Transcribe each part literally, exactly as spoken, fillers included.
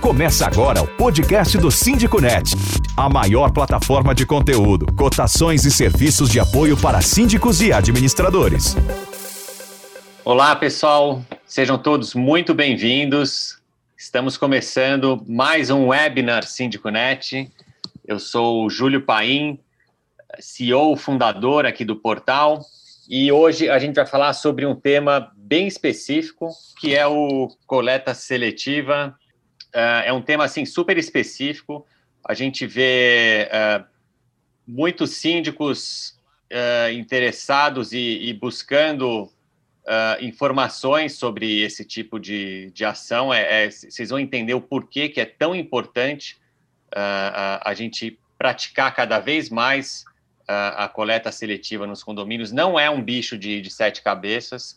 Começa agora o podcast do Síndico ponto net, a maior plataforma de conteúdo, cotações e serviços de apoio para síndicos e administradores. Olá, pessoal. Sejam todos muito bem-vindos. Estamos começando mais um webinar Síndico ponto net. Eu sou o Júlio Paim, C E O, fundador aqui do portal, e hoje a gente vai falar sobre um tema bem específico, que é o coleta seletiva. Uh, é um tema assim super específico. A gente vê uh, muitos síndicos uh, interessados e, e buscando uh, informações sobre esse tipo de, de ação. É, é, vocês vão entender o porquê que é tão importante uh, a, a gente praticar cada vez mais uh, a coleta seletiva nos condomínios. Não é um bicho de, de sete cabeças.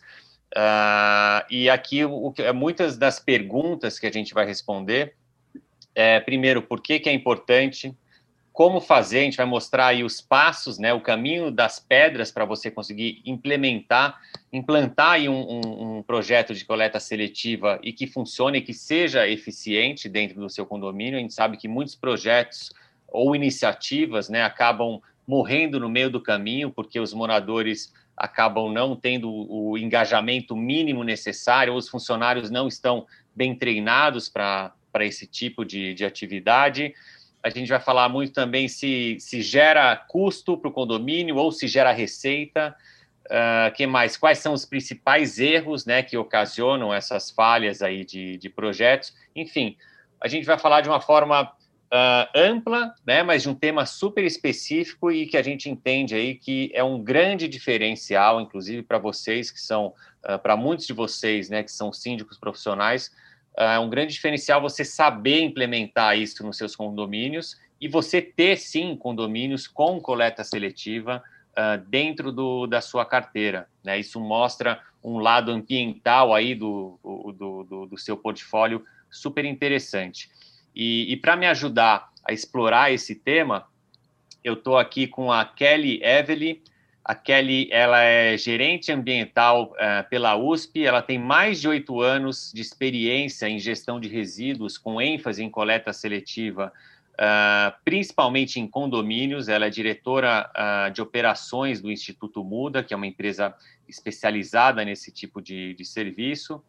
Uh, e aqui, o, o, muitas das perguntas que a gente vai responder é, primeiro, por que que é importante, como fazer, a gente vai mostrar aí os passos, né, o caminho das pedras para você conseguir implementar, implantar aí um, um, um projeto de coleta seletiva e que funcione, e que seja eficiente dentro do seu condomínio. A gente sabe que muitos projetos ou iniciativas, né, acabam morrendo no meio do caminho, porque os moradores acabam não tendo o engajamento mínimo necessário, ou os funcionários não estão bem treinados para para esse tipo de, de atividade. A gente vai falar muito também se, se gera custo para o condomínio ou se gera receita. Uh, que mais? Quais são os principais erros, né, que ocasionam essas falhas aí de, de projetos? Enfim, a gente vai falar de uma forma uh, ampla, né, mas de um tema super específico e que a gente entende aí que é um grande diferencial, inclusive para vocês que são, uh, para muitos de vocês, né, que são síndicos profissionais. É um grande diferencial você saber implementar isso nos seus condomínios e você ter, sim, condomínios com coleta seletiva uh, dentro do, da sua carteira, né? Isso mostra um lado ambiental aí do, do, do, do seu portfólio super interessante. E, e para me ajudar a explorar esse tema, eu estou aqui com a Kelly Evely. A Kelly, ela é gerente ambiental uh, pela U S P, ela tem mais de oito anos de experiência em gestão de resíduos, com ênfase em coleta seletiva, uh, principalmente em condomínios. Ela é diretora uh, de operações do Instituto Muda, que é uma empresa especializada nesse tipo de, de serviço.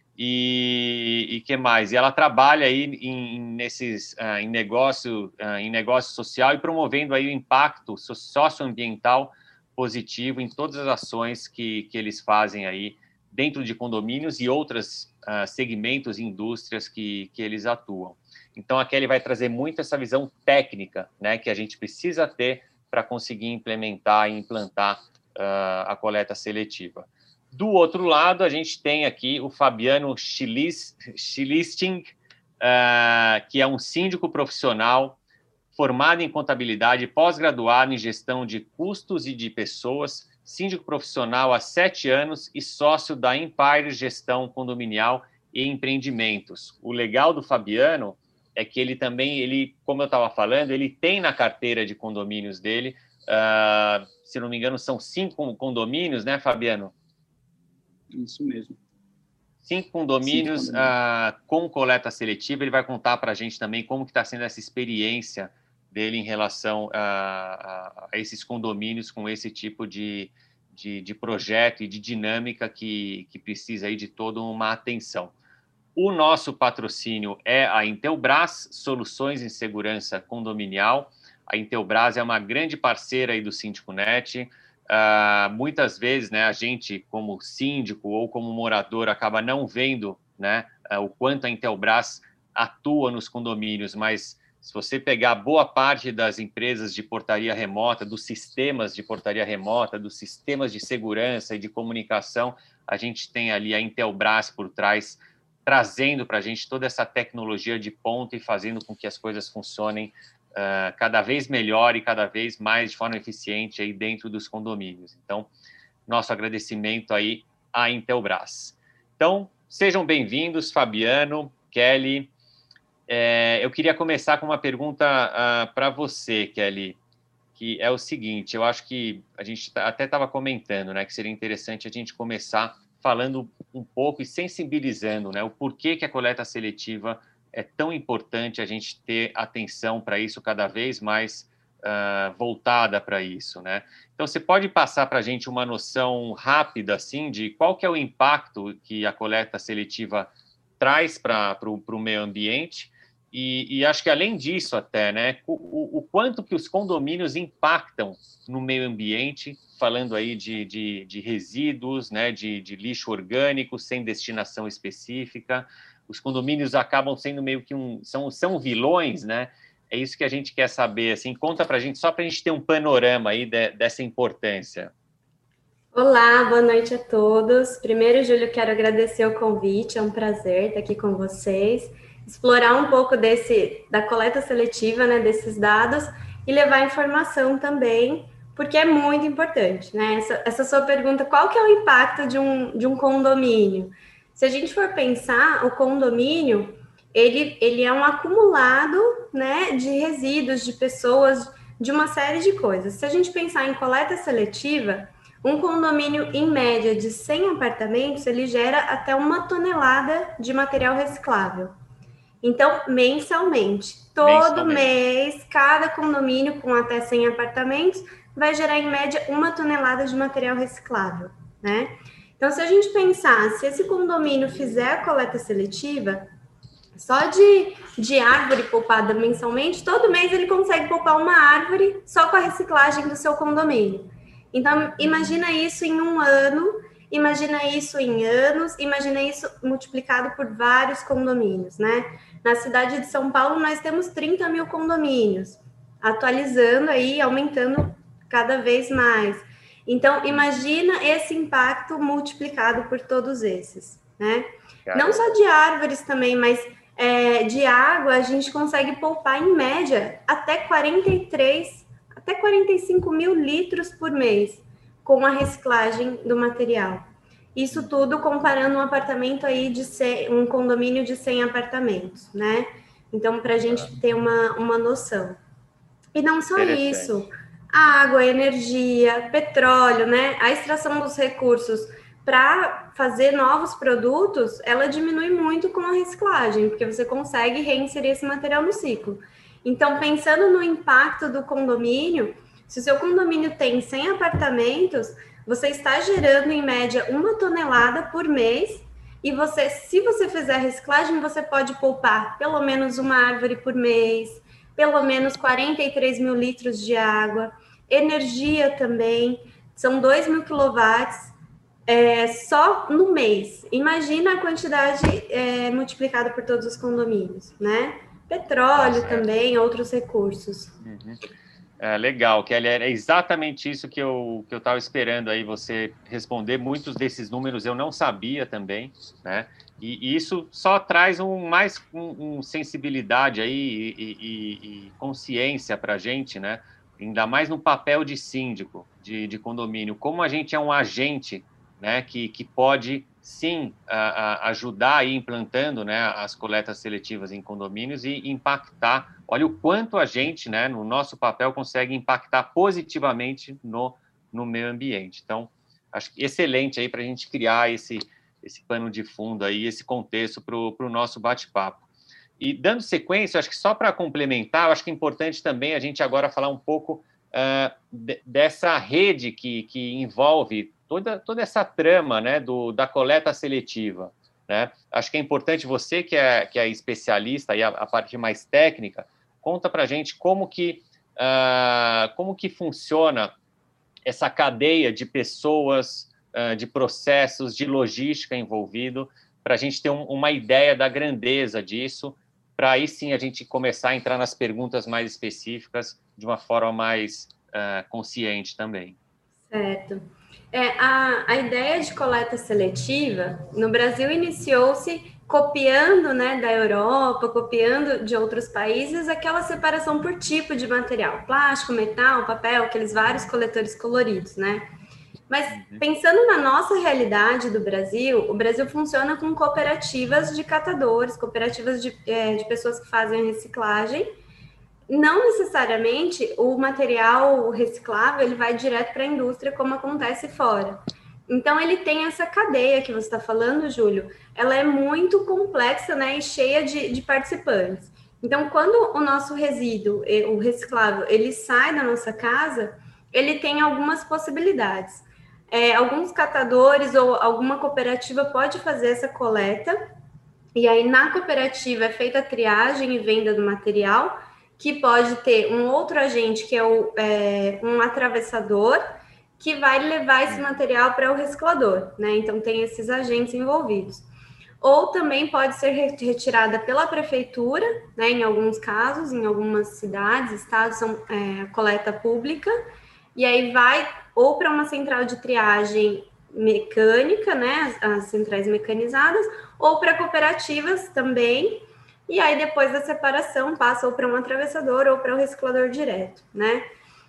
E que mais? E ela trabalha aí em, nesses, uh, em, negócio, uh, em negócio social e promovendo aí o impacto socioambiental positivo em todas as ações que, que eles fazem aí dentro de condomínios e outros uh, segmentos e indústrias que, que eles atuam. Então, a Kelly vai trazer muito essa visão técnica, né, que a gente precisa ter para conseguir implementar e implantar uh, a coleta seletiva. Do outro lado, a gente tem aqui o Fabiano Schlisting, uh, que é um síndico profissional formado em contabilidade, pós-graduado em gestão de custos e de pessoas, síndico profissional há sete anos e sócio da Empire Gestão Condominial e Empreendimentos. O legal do Fabiano é que ele também, ele, como eu estava falando, ele tem na carteira de condomínios dele, uh, se não me engano, são cinco condomínios, né, Fabiano? Isso mesmo. Cinco condomínios, cinco condomínios. Uh, com coleta seletiva. Ele vai contar para a gente também como que está sendo essa experiência dele em relação a, a, a esses condomínios com esse tipo de, de, de projeto e de dinâmica que, que precisa aí de toda uma atenção. O nosso patrocínio é a Intelbras, Soluções em Segurança Condominial. A Intelbras é uma grande parceira aí do Síndico ponto net. Uh, muitas vezes, né, a gente, como síndico ou como morador, acaba não vendo, né, uh, o quanto a Intelbras atua nos condomínios, mas se você pegar boa parte das empresas de portaria remota, dos sistemas de portaria remota, dos sistemas de segurança e de comunicação, a gente tem ali a Intelbras por trás, trazendo para a gente toda essa tecnologia de ponta e fazendo com que as coisas funcionem uh, cada vez melhor e cada vez mais de forma eficiente aí dentro dos condomínios. Então, nosso agradecimento aí à Intelbras. Então, sejam bem-vindos, Fabiano, Kelly. É, eu queria começar com uma pergunta uh, para você, Kelly, que é o seguinte: eu acho que a gente até estava comentando, né, que seria interessante a gente começar falando um pouco e sensibilizando, né, o porquê que a coleta seletiva é tão importante a gente ter atenção para isso cada vez mais uh, voltada para isso, né? Então, você pode passar para a gente uma noção rápida, assim, de qual que é o impacto que a coleta seletiva traz para o meio ambiente? E, e acho que, além disso, até, né, o, o quanto que os condomínios impactam no meio ambiente, falando aí de, de, de resíduos, né, de, de lixo orgânico sem destinação específica. Os condomínios acabam sendo meio que um... São, são vilões, né? É isso que a gente quer saber. Assim, conta para a gente, só para a gente ter um panorama aí de, dessa importância. Olá, boa noite a todos. Primeiro, Júlio, quero agradecer o convite, é um prazer estar aqui com vocês, explorar um pouco desse, da coleta seletiva, né, desses dados e levar informação também, porque é muito importante, né? Essa, essa sua pergunta, qual que é o impacto de um, de um condomínio? Se a gente for pensar, o condomínio, ele, ele é um acumulado, né, de resíduos, de pessoas, de uma série de coisas. Se a gente pensar em coleta seletiva, um condomínio, em média, de cem apartamentos, ele gera até uma tonelada de material reciclável. Então, mensalmente, todo mensalmente. mês, cada condomínio com até cem apartamentos vai gerar, em média, uma tonelada de material reciclável, né? Então, se a gente pensar, se esse condomínio fizer a coleta seletiva, só de, de árvore poupada mensalmente, todo mês ele consegue poupar uma árvore só com a reciclagem do seu condomínio. Então, imagina isso em um ano, imagina isso em anos, imagina isso multiplicado por vários condomínios, né? Na cidade de São Paulo, nós temos trinta mil condomínios, atualizando aí, aumentando cada vez mais. Então, imagina esse impacto multiplicado por todos esses, né? Caramba. Não só de árvores também, mas é, de água, a gente consegue poupar, em média, até quarenta e três, até quarenta e cinco mil litros por mês, com a reciclagem do material. Isso tudo comparando um apartamento aí de cem, um condomínio de cem apartamentos, né? Então, para a gente ter uma, uma noção. E não só isso, a água, a energia, petróleo, né? A extração dos recursos para fazer novos produtos, ela diminui muito com a reciclagem, porque você consegue reinserir esse material no ciclo. Então, pensando no impacto do condomínio, se o seu condomínio tem cem apartamentos, você está gerando, em média, uma tonelada por mês, e você, se você fizer reciclagem, você pode poupar pelo menos uma árvore por mês, pelo menos quarenta e três mil litros de água, energia também, são dois mil quilowatts, é, só no mês. Imagina a quantidade é, multiplicada por todos os condomínios, né? Petróleo também, outros recursos. Uhum. É, legal, Kelly, é exatamente isso que eu que eu estava esperando aí você responder. Muitos desses números eu não sabia também, né? E, e isso só traz um mais um, um sensibilidade aí e, e, e consciência para a gente, né? Ainda mais no papel de síndico, de, de condomínio, como a gente é um agente, né? Que, que pode sim a, a ajudar aí implantando, né, as coletas seletivas em condomínios e impactar. Olha o quanto a gente, né, no nosso papel, consegue impactar positivamente no, no meio ambiente. Então, acho que excelente aí para a gente criar esse, esse pano de fundo aí, esse contexto para o nosso bate-papo. E dando sequência, acho que só para complementar, acho que é importante também a gente agora falar um pouco uh, de, dessa rede que, que envolve Toda, toda essa trama, né, do, da coleta seletiva, né? Acho que é importante você, que é, que é especialista, e a, a parte mais técnica, conta para a gente como que, uh, como que funciona essa cadeia de pessoas, uh, de processos, de logística envolvido, para a gente ter um, uma ideia da grandeza disso, para aí sim a gente começar a entrar nas perguntas mais específicas de uma forma mais uh, consciente também. Certo. É, a, a ideia de coleta seletiva, no Brasil, iniciou-se copiando, né, da Europa, copiando de outros países, aquela separação por tipo de material, plástico, metal, papel, aqueles vários coletores coloridos, né? Mas pensando na nossa realidade do Brasil, o Brasil funciona com cooperativas de catadores, cooperativas de, é, de pessoas que fazem a reciclagem. Não necessariamente o material reciclável ele vai direto para a indústria, como acontece fora. Então, ele tem essa cadeia que você está falando, Júlio, ela é muito complexa, né, e cheia de, de participantes. Então, quando o nosso resíduo, o reciclável, ele sai da nossa casa, ele tem algumas possibilidades. É, alguns catadores ou alguma cooperativa pode fazer essa coleta, e aí na cooperativa é feita a triagem e venda do material, que pode ter um outro agente, que é, o, é um atravessador, que vai levar esse material para o reciclador, né? Então, tem esses agentes envolvidos. Ou também pode ser retirada pela prefeitura, né? Em alguns casos, em algumas cidades, estados, são é, coleta pública, e aí vai ou para uma central de triagem mecânica, né? As, as centrais mecanizadas, ou para cooperativas também, e aí depois da separação passa ou para um atravessador ou para o reciclador direto, né?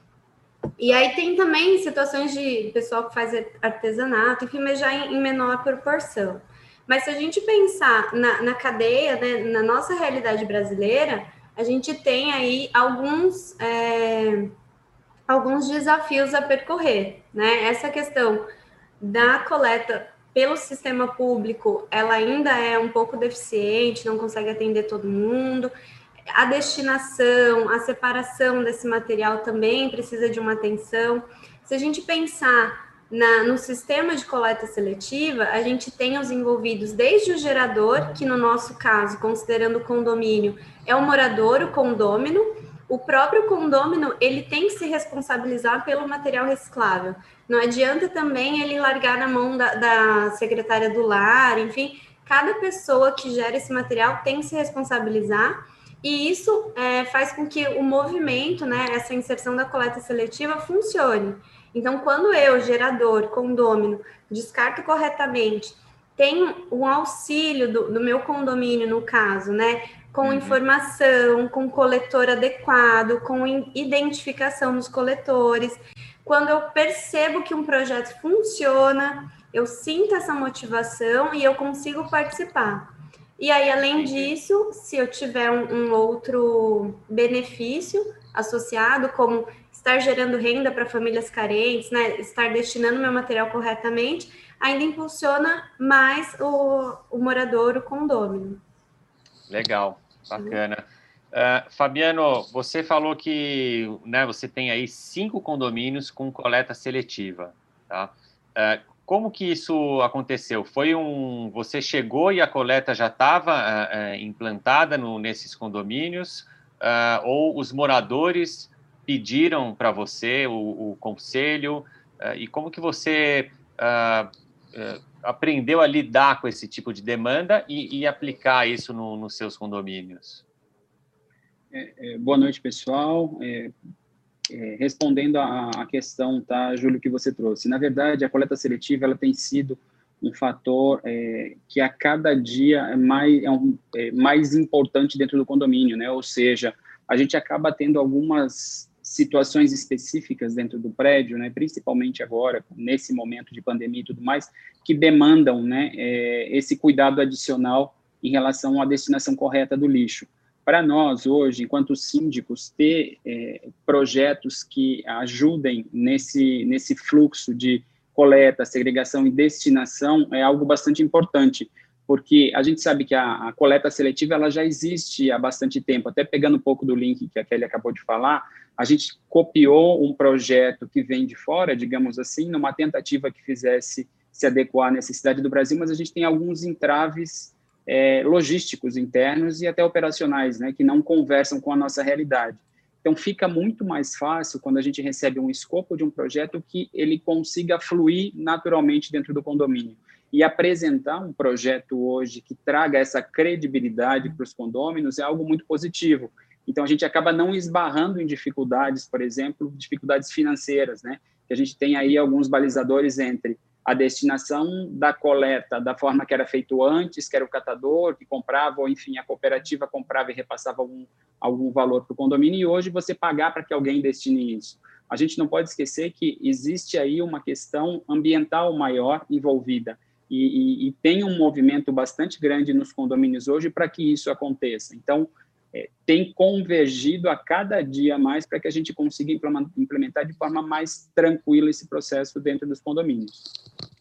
E aí tem também situações de pessoal que faz artesanato, enfim, mas já em, em menor proporção. Mas se a gente pensar na, na cadeia, né, na nossa realidade brasileira, a gente tem aí alguns, é, alguns desafios a percorrer, né? Essa questão da coleta pelo sistema público, ela ainda é um pouco deficiente, não consegue atender todo mundo. A destinação, a separação desse material também precisa de uma atenção. Se a gente pensar na, no sistema de coleta seletiva, a gente tem os envolvidos desde o gerador, que no nosso caso, considerando o condomínio, é o morador, o condômino. O próprio condômino, ele tem que se responsabilizar pelo material reciclável. Não adianta também ele largar na mão da, da secretária do lar, enfim, cada pessoa que gera esse material tem que se responsabilizar. E isso é, faz com que o movimento, né, essa inserção da coleta seletiva funcione. Então, quando eu, gerador, condômino, descarto corretamente, tenho um auxílio do, do meu condomínio, no caso, né, com uhum. informação, com coletor adequado, com identificação dos coletores. Quando eu percebo que um projeto funciona, eu sinto essa motivação e eu consigo participar. E aí, além disso, se eu tiver um, um outro benefício associado, como estar gerando renda para famílias carentes, né, estar destinando meu material corretamente, ainda impulsiona mais o, o morador, o condômino. Legal, bacana. Uh, Fabiano, você falou que, né, você tem aí cinco condomínios com coleta seletiva, tá? Uh, Como que isso aconteceu? Foi um... Você chegou e a coleta já estava uh, uh, implantada no, nesses condomínios? Uh, ou os moradores pediram para você, o, o conselho? Uh, e como que você uh, uh, aprendeu a lidar com esse tipo de demanda e, e aplicar isso no, nos seus condomínios? É, é, boa noite, pessoal. É... É, respondendo à questão, tá, Júlio, que você trouxe. Na verdade, a coleta seletiva ela tem sido um fator é, que a cada dia é mais, é um, é mais importante dentro do condomínio, né? Ou seja, a gente acaba tendo algumas situações específicas dentro do prédio, né? Principalmente agora, nesse momento de pandemia e tudo mais, que demandam, né, é, esse cuidado adicional em relação à destinação correta do lixo. Para nós, hoje, enquanto síndicos, ter é, projetos que ajudem nesse, nesse fluxo de coleta, segregação e destinação é algo bastante importante, porque a gente sabe que a, a coleta seletiva ela já existe há bastante tempo. Até pegando um pouco do link que a Kelly acabou de falar, a gente copiou um projeto que vem de fora, digamos assim, numa tentativa que fizesse se adequar à necessidade do Brasil, mas a gente tem alguns entraves É, logísticos internos e até operacionais, né, que não conversam com a nossa realidade. Então, fica muito mais fácil quando a gente recebe um escopo de um projeto que ele consiga fluir naturalmente dentro do condomínio. E apresentar um projeto hoje que traga essa credibilidade para os condôminos é algo muito positivo. Então, a gente acaba não esbarrando em dificuldades, por exemplo, dificuldades financeiras, né, que a gente tem aí alguns balizadores entre a destinação da coleta da forma que era feito antes, que era o catador que comprava, ou enfim, a cooperativa comprava e repassava algum, algum valor para o condomínio, e hoje você pagar para que alguém destine isso. A gente não pode esquecer que existe aí uma questão ambiental maior envolvida, e, e, e tem um movimento bastante grande nos condomínios hoje para que isso aconteça. Então, é, tem convergido a cada dia mais para que a gente consiga implementar de forma mais tranquila esse processo dentro dos condomínios.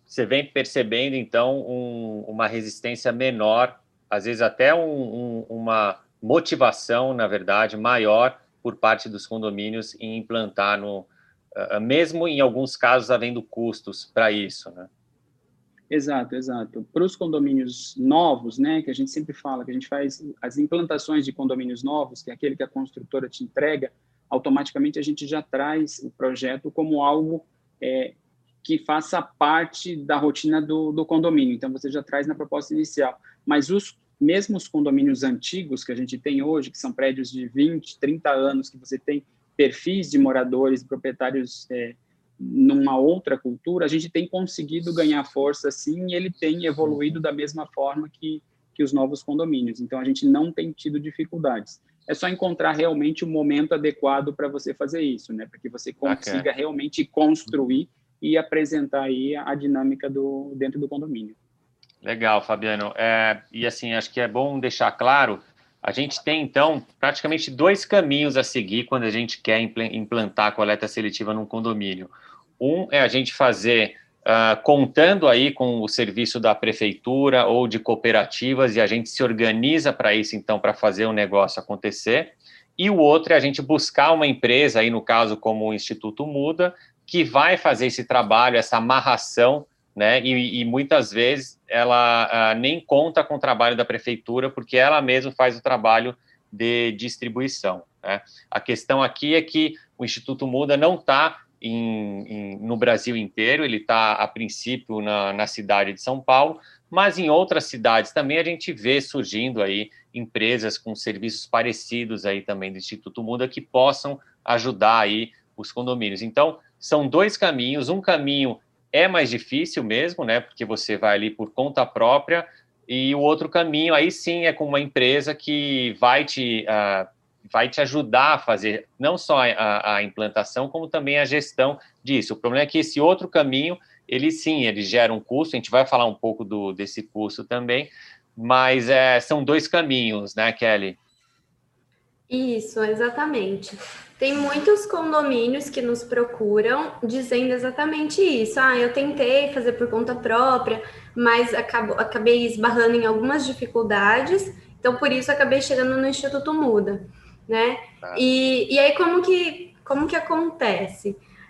você vem percebendo, então, um, uma resistência menor, às vezes até um, um, uma motivação, na verdade, maior por parte dos condomínios em implantar, no, uh, mesmo em alguns casos havendo custos para isso, né? Exato, exato. Para os condomínios novos, né, que a gente sempre fala, que a gente faz as implantações de condomínios novos, que é aquele que a construtora te entrega, automaticamente a gente já traz o projeto como algo é, que faça parte da rotina do, do condomínio. Então, você já traz na proposta inicial. Mas os mesmo os condomínios antigos que a gente tem hoje, que são prédios de vinte, trinta anos, que você tem perfis de moradores, proprietários é, numa outra cultura, a gente tem conseguido ganhar força, sim, e ele tem evoluído da mesma forma que, que os novos condomínios. Então, a gente não tem tido dificuldades. É só encontrar realmente o momento adequado para você fazer isso, né? Para que você consiga okay. realmente construir e apresentar aí a dinâmica do, dentro do condomínio. Legal, Fabiano. É, e assim, acho que é bom deixar claro, a gente tem, então, praticamente dois caminhos a seguir quando a gente quer implantar a coleta seletiva num condomínio. Um é a gente fazer uh, contando aí com o serviço da prefeitura ou de cooperativas, e a gente se organiza para isso, então, para fazer o negócio acontecer. E o outro é a gente buscar uma empresa, aí no caso como o Instituto Muda, que vai fazer esse trabalho, essa amarração, né? E, e muitas vezes ela uh, nem conta com o trabalho da prefeitura, porque ela mesma faz o trabalho de distribuição, né? A questão aqui é que o Instituto Muda não está no Brasil inteiro, ele está, a princípio, na, na cidade de São Paulo, mas em outras cidades também a gente vê surgindo aí empresas com serviços parecidos aí também do Instituto Muda que possam ajudar aí os condomínios. Então, são dois caminhos, um caminho é mais difícil mesmo, né, porque você vai ali por conta própria, e o outro caminho, aí sim, é com uma empresa que vai te, uh, vai te ajudar a fazer não só a, a implantação, como também a gestão disso. O problema é que esse outro caminho, ele sim, ele gera um custo, a gente vai falar um pouco do, desse custo também, mas é, são dois caminhos, né, Kelly? Isso, exatamente. Tem muitos condomínios que nos procuram dizendo exatamente isso. Ah, eu tentei fazer por conta própria, mas acabo, acabei esbarrando em algumas dificuldades, então por isso acabei chegando no Instituto Muda, né? Ah. E, e aí como que, como que acontece?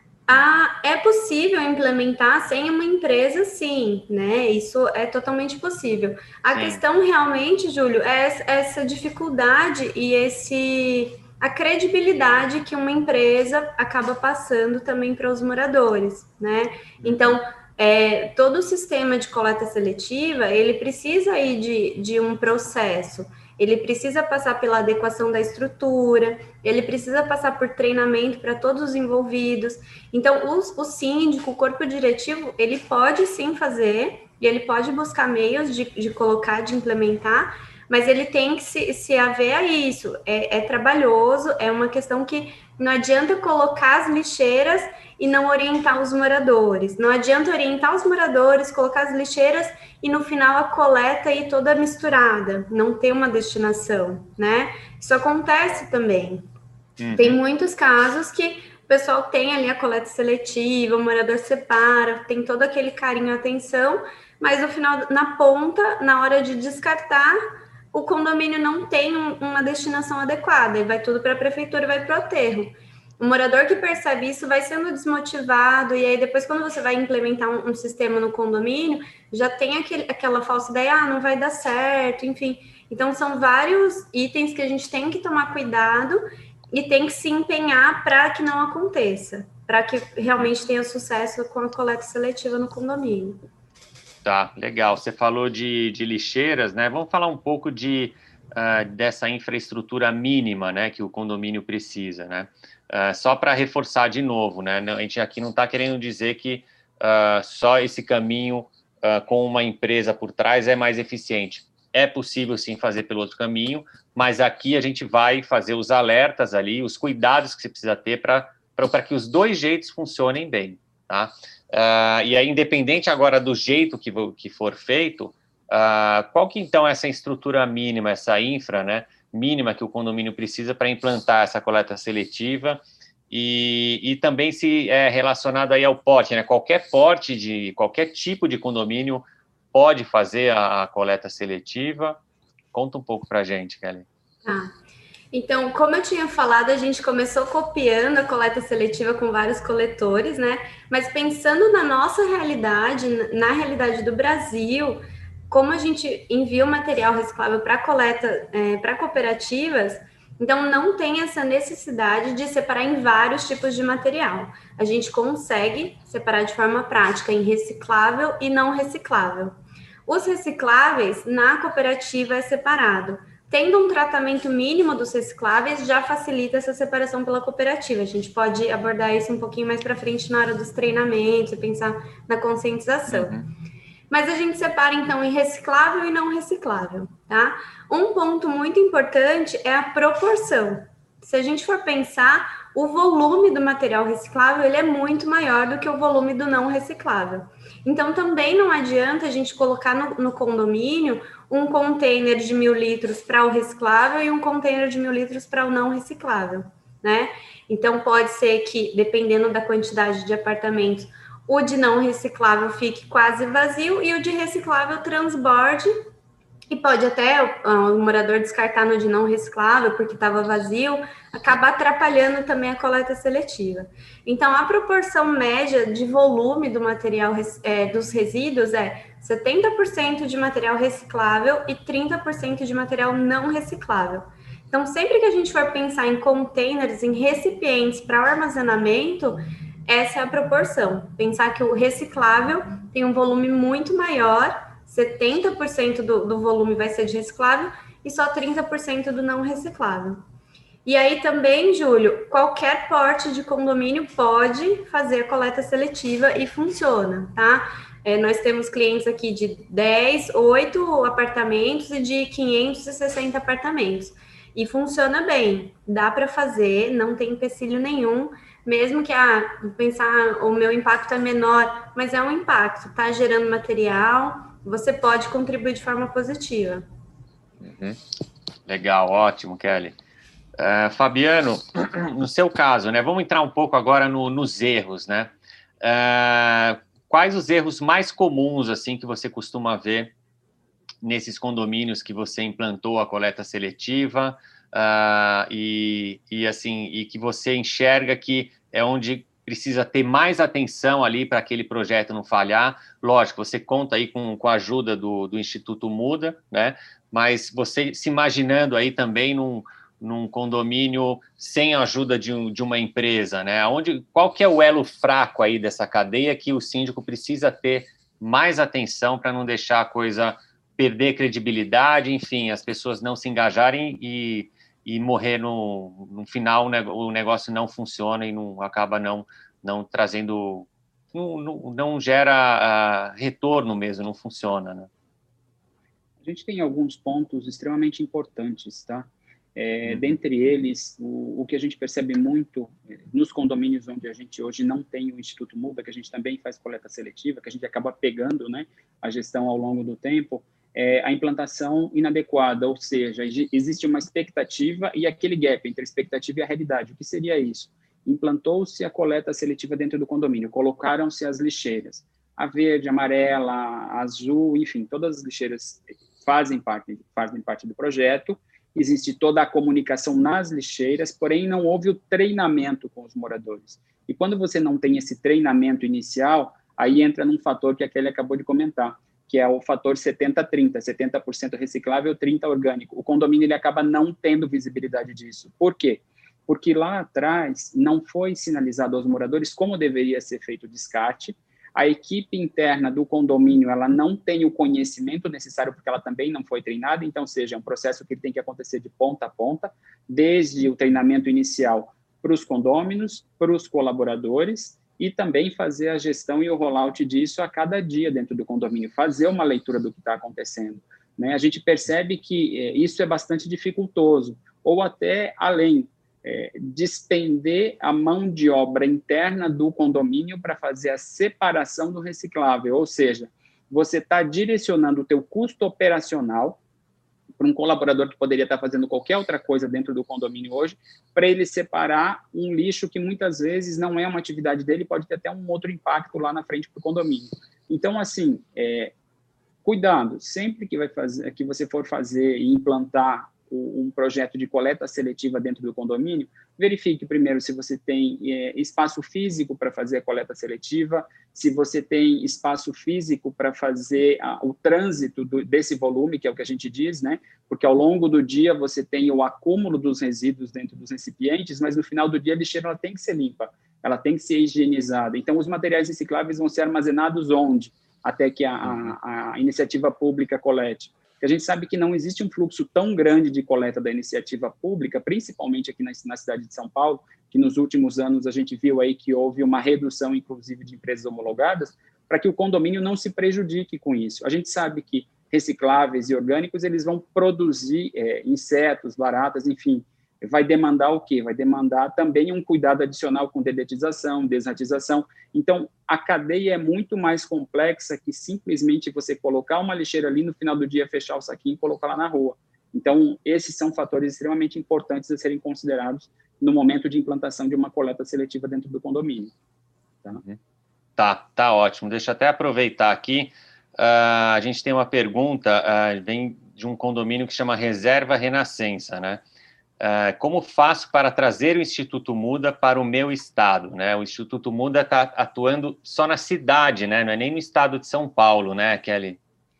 Ah, é possível implementar sem uma empresa, sim, né? Isso é totalmente possível. A sim. questão realmente, Júlio, é essa dificuldade e esse a credibilidade que uma empresa acaba passando também para os moradores, né? Então, é, todo o sistema de coleta seletiva, ele precisa aí de, de um processo. Ele precisa passar pela adequação da estrutura, ele precisa passar por treinamento para todos os envolvidos. Então, o, o síndico, o corpo diretivo, ele pode sim fazer, e ele pode buscar meios de, de colocar, de implementar, mas ele tem que se, se haver a isso. É, é trabalhoso, é uma questão que não adianta colocar as lixeiras e não orientar os moradores. Não adianta orientar os moradores, colocar as lixeiras e no final a coleta ir toda misturada, não ter uma destinação, né? Isso acontece também. Uhum. Tem muitos casos que o pessoal tem ali a coleta seletiva, o morador separa, tem todo aquele carinho e atenção, mas no final, na ponta, na hora de descartar, o condomínio não tem um, uma destinação adequada, e vai tudo para a prefeitura e vai para o aterro. O morador que percebe isso vai sendo desmotivado, e aí depois quando você vai implementar um, um sistema no condomínio, já tem aquele, aquela falsa ideia, ah, não vai dar certo, enfim. Então são vários itens que a gente tem que tomar cuidado e tem que se empenhar para que não aconteça, para que realmente tenha sucesso com a coleta seletiva no condomínio. Tá, legal. Você falou de, de lixeiras, né? Vamos falar um pouco de, uh, dessa infraestrutura mínima, né, que o condomínio precisa, né? Uh, só para reforçar de novo, né? A gente aqui não está querendo dizer que uh, só esse caminho uh, com uma empresa por trás é mais eficiente. É possível, sim, fazer pelo outro caminho, mas aqui a gente vai fazer os alertas ali, os cuidados que você precisa ter para para que os dois jeitos funcionem bem, tá? Uh, e aí, independente agora do jeito que, que for feito, uh, qual que então é essa estrutura mínima, essa infra, né, mínima que o condomínio precisa para implantar essa coleta seletiva e, e também se é relacionado aí ao porte, né? Qualquer porte de, qualquer tipo de condomínio pode fazer a, a coleta seletiva. Conta um pouco para a gente, Kelly. Ah, então, como eu tinha falado, a gente começou copiando a coleta seletiva com vários coletores, né? Mas pensando na nossa realidade, na realidade do Brasil, como a gente envia o material reciclável para coleta, é, para cooperativas, então não tem essa necessidade de separar em vários tipos de material. A gente consegue separar de forma prática em reciclável e não reciclável. Os recicláveis, na cooperativa, é separado. Tendo um tratamento mínimo dos recicláveis, já facilita essa separação pela cooperativa. A gente pode abordar isso um pouquinho mais para frente na hora dos treinamentos e pensar na conscientização. Uhum. Mas a gente separa, então, em reciclável e não reciclável, tá? Um ponto muito importante é a proporção. Se a gente for pensar, o volume do material reciclável, ele é muito maior do que o volume do não reciclável. Então, também não adianta a gente colocar no, no condomínio um container de mil litros para o reciclável e um container de mil litros para o não reciclável, né? Então, pode ser que, dependendo da quantidade de apartamentos, o de não reciclável fique quase vazio e o de reciclável transborde, e pode até o, o morador descartar no de não reciclável porque estava vazio, acaba atrapalhando também a coleta seletiva. Então, a proporção média de volume do material é, dos resíduos é setenta por cento de material reciclável e trinta por cento de material não reciclável. Então, sempre que a gente for pensar em containers, em recipientes para armazenamento, essa é a proporção. Pensar que o reciclável tem um volume muito maior, setenta por cento do, do volume vai ser de reciclável e só trinta por cento do não reciclável. E aí também, Júlio, qualquer porte de condomínio pode fazer a coleta seletiva e funciona, tá? É, nós temos clientes aqui de dez, oito apartamentos e de quinhentos e sessenta apartamentos. E funciona bem, dá para fazer, não tem empecilho nenhum, mesmo que, ah, pensar, o meu impacto é menor, mas é um impacto, tá gerando material, você pode contribuir de forma positiva. Uhum. Legal, ótimo, Kelly. Uh, Fabiano, no seu caso, né, vamos entrar um pouco agora no, nos erros, né? Uh, quais os erros mais comuns, assim, que você costuma ver nesses condomínios que você implantou a coleta seletiva uh, e, e, assim, e que você enxerga que é onde precisa ter mais atenção ali para aquele projeto não falhar? Lógico, você conta aí com, com a ajuda do, do Instituto Muda, né? Mas você se imaginando aí também num, num condomínio sem a ajuda de, um, de uma empresa, né? Onde, qual que é o elo fraco aí dessa cadeia que o síndico precisa ter mais atenção para não deixar a coisa perder credibilidade, enfim, as pessoas não se engajarem e, e morrer no, no final, o negócio não funciona e não acaba não, não trazendo, não, não, não gera uh, retorno mesmo, não funciona, né? A gente tem alguns pontos extremamente importantes, tá? É, uhum. Dentre eles, o, o que a gente percebe muito nos condomínios onde a gente hoje não tem o Instituto Muda, que a gente também faz coleta seletiva, que a gente acaba pegando, né, a gestão ao longo do tempo, é a implantação inadequada, ou seja, existe uma expectativa e aquele gap entre a expectativa e a realidade. O que seria isso? Implantou-se a coleta seletiva dentro do condomínio, colocaram-se as lixeiras, a verde, a amarela, a azul, enfim, todas as lixeiras fazem parte, fazem parte do projeto. Existe toda a comunicação nas lixeiras, porém não houve o treinamento com os moradores. E quando você não tem esse treinamento inicial, aí entra num fator que a Kelly acabou de comentar, que é o fator setenta trinta, setenta por cento reciclável, trinta por cento orgânico. O condomínio ele acaba não tendo visibilidade disso. Por quê? Porque lá atrás não foi sinalizado aos moradores como deveria ser feito o descarte. A equipe interna do condomínio, ela não tem o conhecimento necessário, porque ela também não foi treinada, então, ou seja, é um processo que tem que acontecer de ponta a ponta, desde o treinamento inicial para os condôminos, para os colaboradores, e também fazer a gestão e o rollout disso a cada dia dentro do condomínio, fazer uma leitura do que está acontecendo, né? A gente percebe que é, isso é bastante dificultoso, ou até além, É, despender a mão de obra interna do condomínio para fazer a separação do reciclável, ou seja, você está direcionando o teu custo operacional para um colaborador que poderia estar fazendo qualquer outra coisa dentro do condomínio hoje, para ele separar um lixo que muitas vezes não é uma atividade dele, pode ter até um outro impacto lá na frente para o condomínio. Então, assim, é, cuidado, sempre que, vai fazer, que você for fazer e implantar um projeto de coleta seletiva dentro do condomínio, verifique primeiro se você tem é, espaço físico para fazer a coleta seletiva, se você tem espaço físico para fazer a, o trânsito do, desse volume, que é o que a gente diz, né? Porque ao longo do dia você tem o acúmulo dos resíduos dentro dos recipientes, mas no final do dia a lixeira ela tem que ser limpa, ela tem que ser higienizada. Então, os materiais recicláveis vão ser armazenados onde? Até que a, a, a iniciativa pública colete. A gente sabe que não existe um fluxo tão grande de coleta da iniciativa pública, principalmente aqui na, na cidade de São Paulo, que nos últimos anos a gente viu aí que houve uma redução, inclusive, de empresas homologadas, para que o condomínio não se prejudique com isso. A gente sabe que recicláveis e orgânicos, eles vão produzir é, insetos, baratas, enfim, vai demandar o quê? Vai demandar também um cuidado adicional com dedetização, desratização. Então, a cadeia é muito mais complexa que simplesmente você colocar uma lixeira ali no final do dia, fechar o saquinho e colocar lá na rua. Então, esses são fatores extremamente importantes a serem considerados no momento de implantação de uma coleta seletiva dentro do condomínio. Tá, tá, tá ótimo. Deixa eu até aproveitar aqui. Uh, a gente tem uma pergunta, uh, vem de um condomínio que chama Reserva Renascença, né? Uh, como faço para trazer o Instituto Muda para o meu estado, né? O Instituto Muda está atuando só na cidade, né? Não é nem no estado de São Paulo, né, Kelly?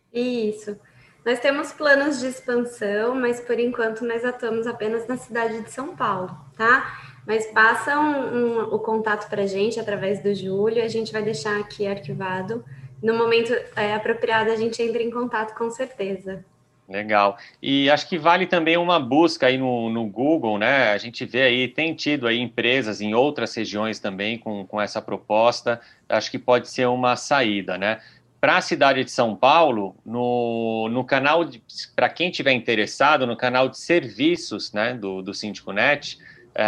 Isso. Nós temos planos de expansão, mas por enquanto nós atuamos apenas na cidade de São Paulo, tá? Mas passa um, um, o contato para a gente através do Júlio, a gente vai deixar aqui arquivado. No momento é, apropriado, a gente entra em contato com certeza. Legal. E acho que vale também uma busca aí no, no Google, né? A gente vê aí, tem tido aí empresas em outras regiões também com, com essa proposta. Acho que pode ser uma saída, né? Para a cidade de São Paulo, no, no canal, para quem tiver interessado, no canal de serviços, né, do, do SíndicoNet,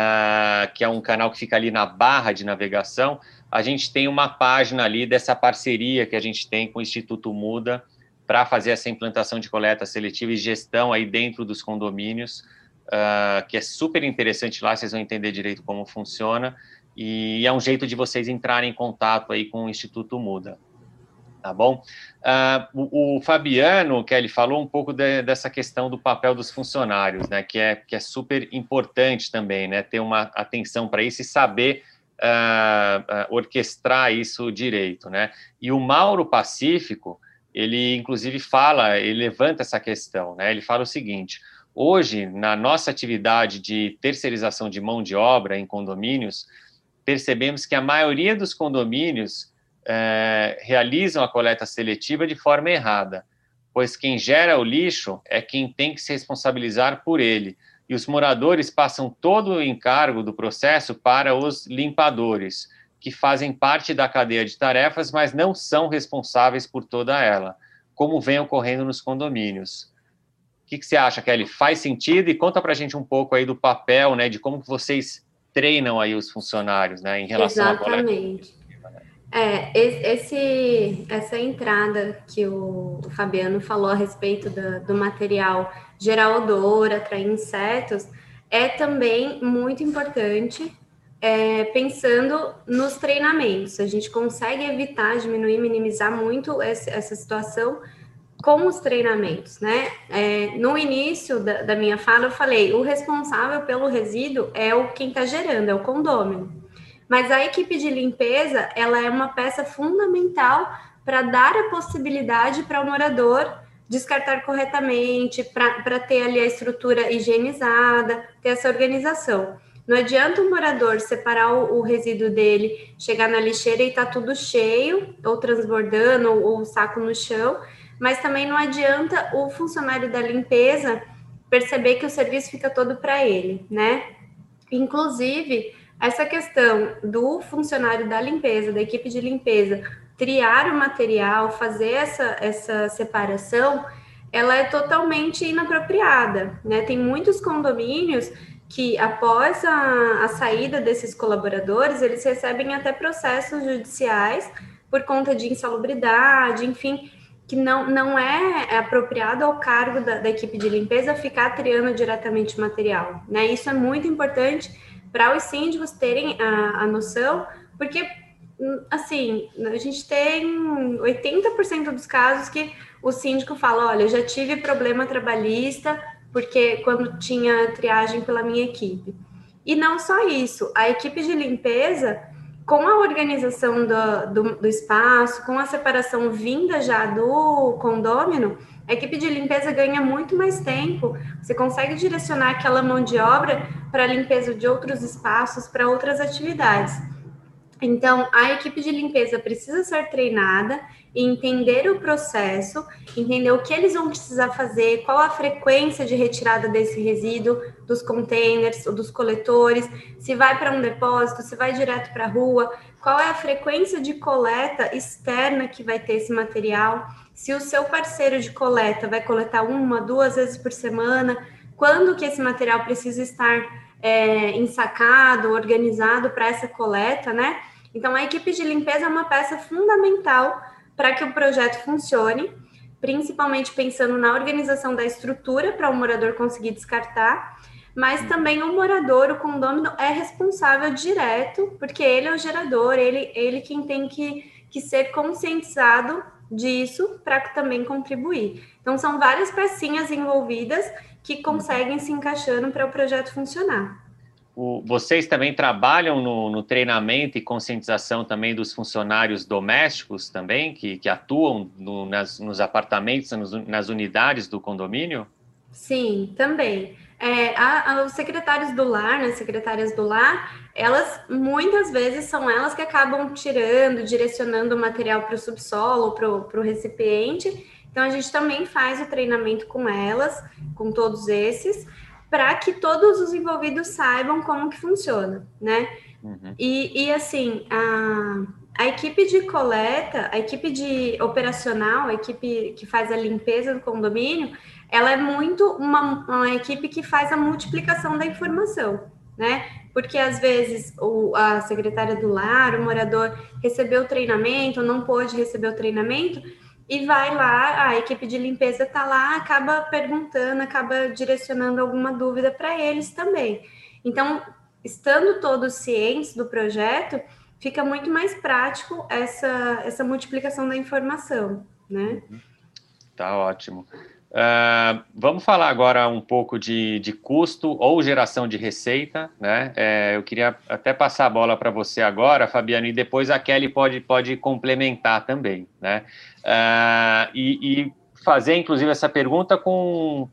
uh, que é um canal que fica ali na barra de navegação, a gente tem uma página ali dessa parceria que a gente tem com o Instituto Muda, para fazer essa implantação de coleta seletiva e gestão aí dentro dos condomínios, uh, que é super interessante lá, vocês vão entender direito como funciona, e é um jeito de vocês entrarem em contato aí com o Instituto Muda, tá bom? Uh, o, o Fabiano, que ele falou um pouco de, dessa questão do papel dos funcionários, né, que é, que é super importante também, né, ter uma atenção para isso e saber uh, uh, orquestrar isso direito, né, e o Mauro Pacífico, ele, inclusive, fala, ele levanta essa questão, né? Ele fala o seguinte: hoje, na nossa atividade de terceirização de mão de obra em condomínios, percebemos que a maioria dos condomínios é, realizam a coleta seletiva de forma errada, pois quem gera o lixo é quem tem que se responsabilizar por ele, e os moradores passam todo o encargo do processo para os limpadores, que fazem parte da cadeia de tarefas, mas não são responsáveis por toda ela, como vem ocorrendo nos condomínios. O que, que você acha, Kelly? Faz sentido? E conta para a gente um pouco aí do papel, né, de como vocês treinam aí os funcionários, né, em relação Exatamente. à coleta. É, esse, essa entrada que o, o Fabiano falou a respeito do, do material gerar odor, atrair insetos, é também muito importante. É, pensando nos treinamentos, a gente consegue evitar, diminuir, minimizar muito essa, essa situação com os treinamentos, né? É, no início da, da minha fala, eu falei, o responsável pelo resíduo é o quem está gerando, é o condômino. Mas a equipe de limpeza, ela é uma peça fundamental para dar a possibilidade para o morador descartar corretamente, para ter ali a estrutura higienizada, ter essa organização. Não adianta o morador separar o, o resíduo dele, chegar na lixeira e tá tudo cheio, ou transbordando, ou, ou o saco no chão, mas também não adianta o funcionário da limpeza perceber que o serviço fica todo para ele, né? Inclusive, essa questão do funcionário da limpeza, da equipe de limpeza, triar o material, fazer essa, essa separação, ela é totalmente inapropriada, né? Tem muitos condomínios que após a, a saída desses colaboradores, eles recebem até processos judiciais por conta de insalubridade, enfim, que não, não é apropriado ao cargo da, da equipe de limpeza ficar triando diretamente o material, né? Isso é muito importante para os síndicos terem a, a noção, porque, assim, a gente tem oitenta por cento dos casos que o síndico fala, olha, eu já tive problema trabalhista, porque quando tinha triagem pela minha equipe. E não só isso, a equipe de limpeza, com a organização do, do, do espaço, com a separação vinda já do condômino, a equipe de limpeza ganha muito mais tempo. Você consegue direcionar aquela mão de obra para a limpeza de outros espaços, para outras atividades. Então, a equipe de limpeza precisa ser treinada e entender o processo, entender o que eles vão precisar fazer, qual a frequência de retirada desse resíduo, dos containers ou dos coletores, se vai para um depósito, se vai direto para a rua, qual é a frequência de coleta externa que vai ter esse material, se o seu parceiro de coleta vai coletar uma, duas vezes por semana, quando que esse material precisa estar é, ensacado, organizado para essa coleta, né? Então, a equipe de limpeza é uma peça fundamental para que o projeto funcione, principalmente pensando na organização da estrutura para o morador conseguir descartar, mas também o morador, o condômino, é responsável direto, porque ele é o gerador, ele, ele quem tem que, que ser conscientizado disso para também contribuir. Então, são várias pecinhas envolvidas que conseguem se encaixando para o projeto funcionar. O, vocês também trabalham no, no treinamento e conscientização também dos funcionários domésticos também, que, que atuam no, nas, nos apartamentos, nos, nas unidades do condomínio? Sim, também. É, a, a, os secretários do lar, né, secretárias do lar, elas, muitas vezes, são elas que acabam tirando, direcionando o material para o subsolo, para o recipiente. Então, a gente também faz o treinamento com elas, com todos esses, para que todos os envolvidos saibam como que funciona, né? Uhum. E, e, assim, a, a equipe de coleta, a equipe de operacional, a equipe que faz a limpeza do condomínio, ela é muito uma, uma equipe que faz a multiplicação da informação, né? Porque, às vezes, o, a secretária do lar, o morador recebeu o treinamento, não pôde receber o treinamento, e vai lá, a equipe de limpeza está lá, acaba perguntando, acaba direcionando alguma dúvida para eles também. Então, estando todos cientes do projeto, fica muito mais prático essa, essa multiplicação da informação, né? Tá ótimo. Uh, vamos falar agora um pouco de, de custo ou geração de receita, né? É, eu queria até passar a bola para você agora, Fabiano, e depois a Kelly pode, pode complementar também, né? Uh, e, e fazer, inclusive, essa pergunta com,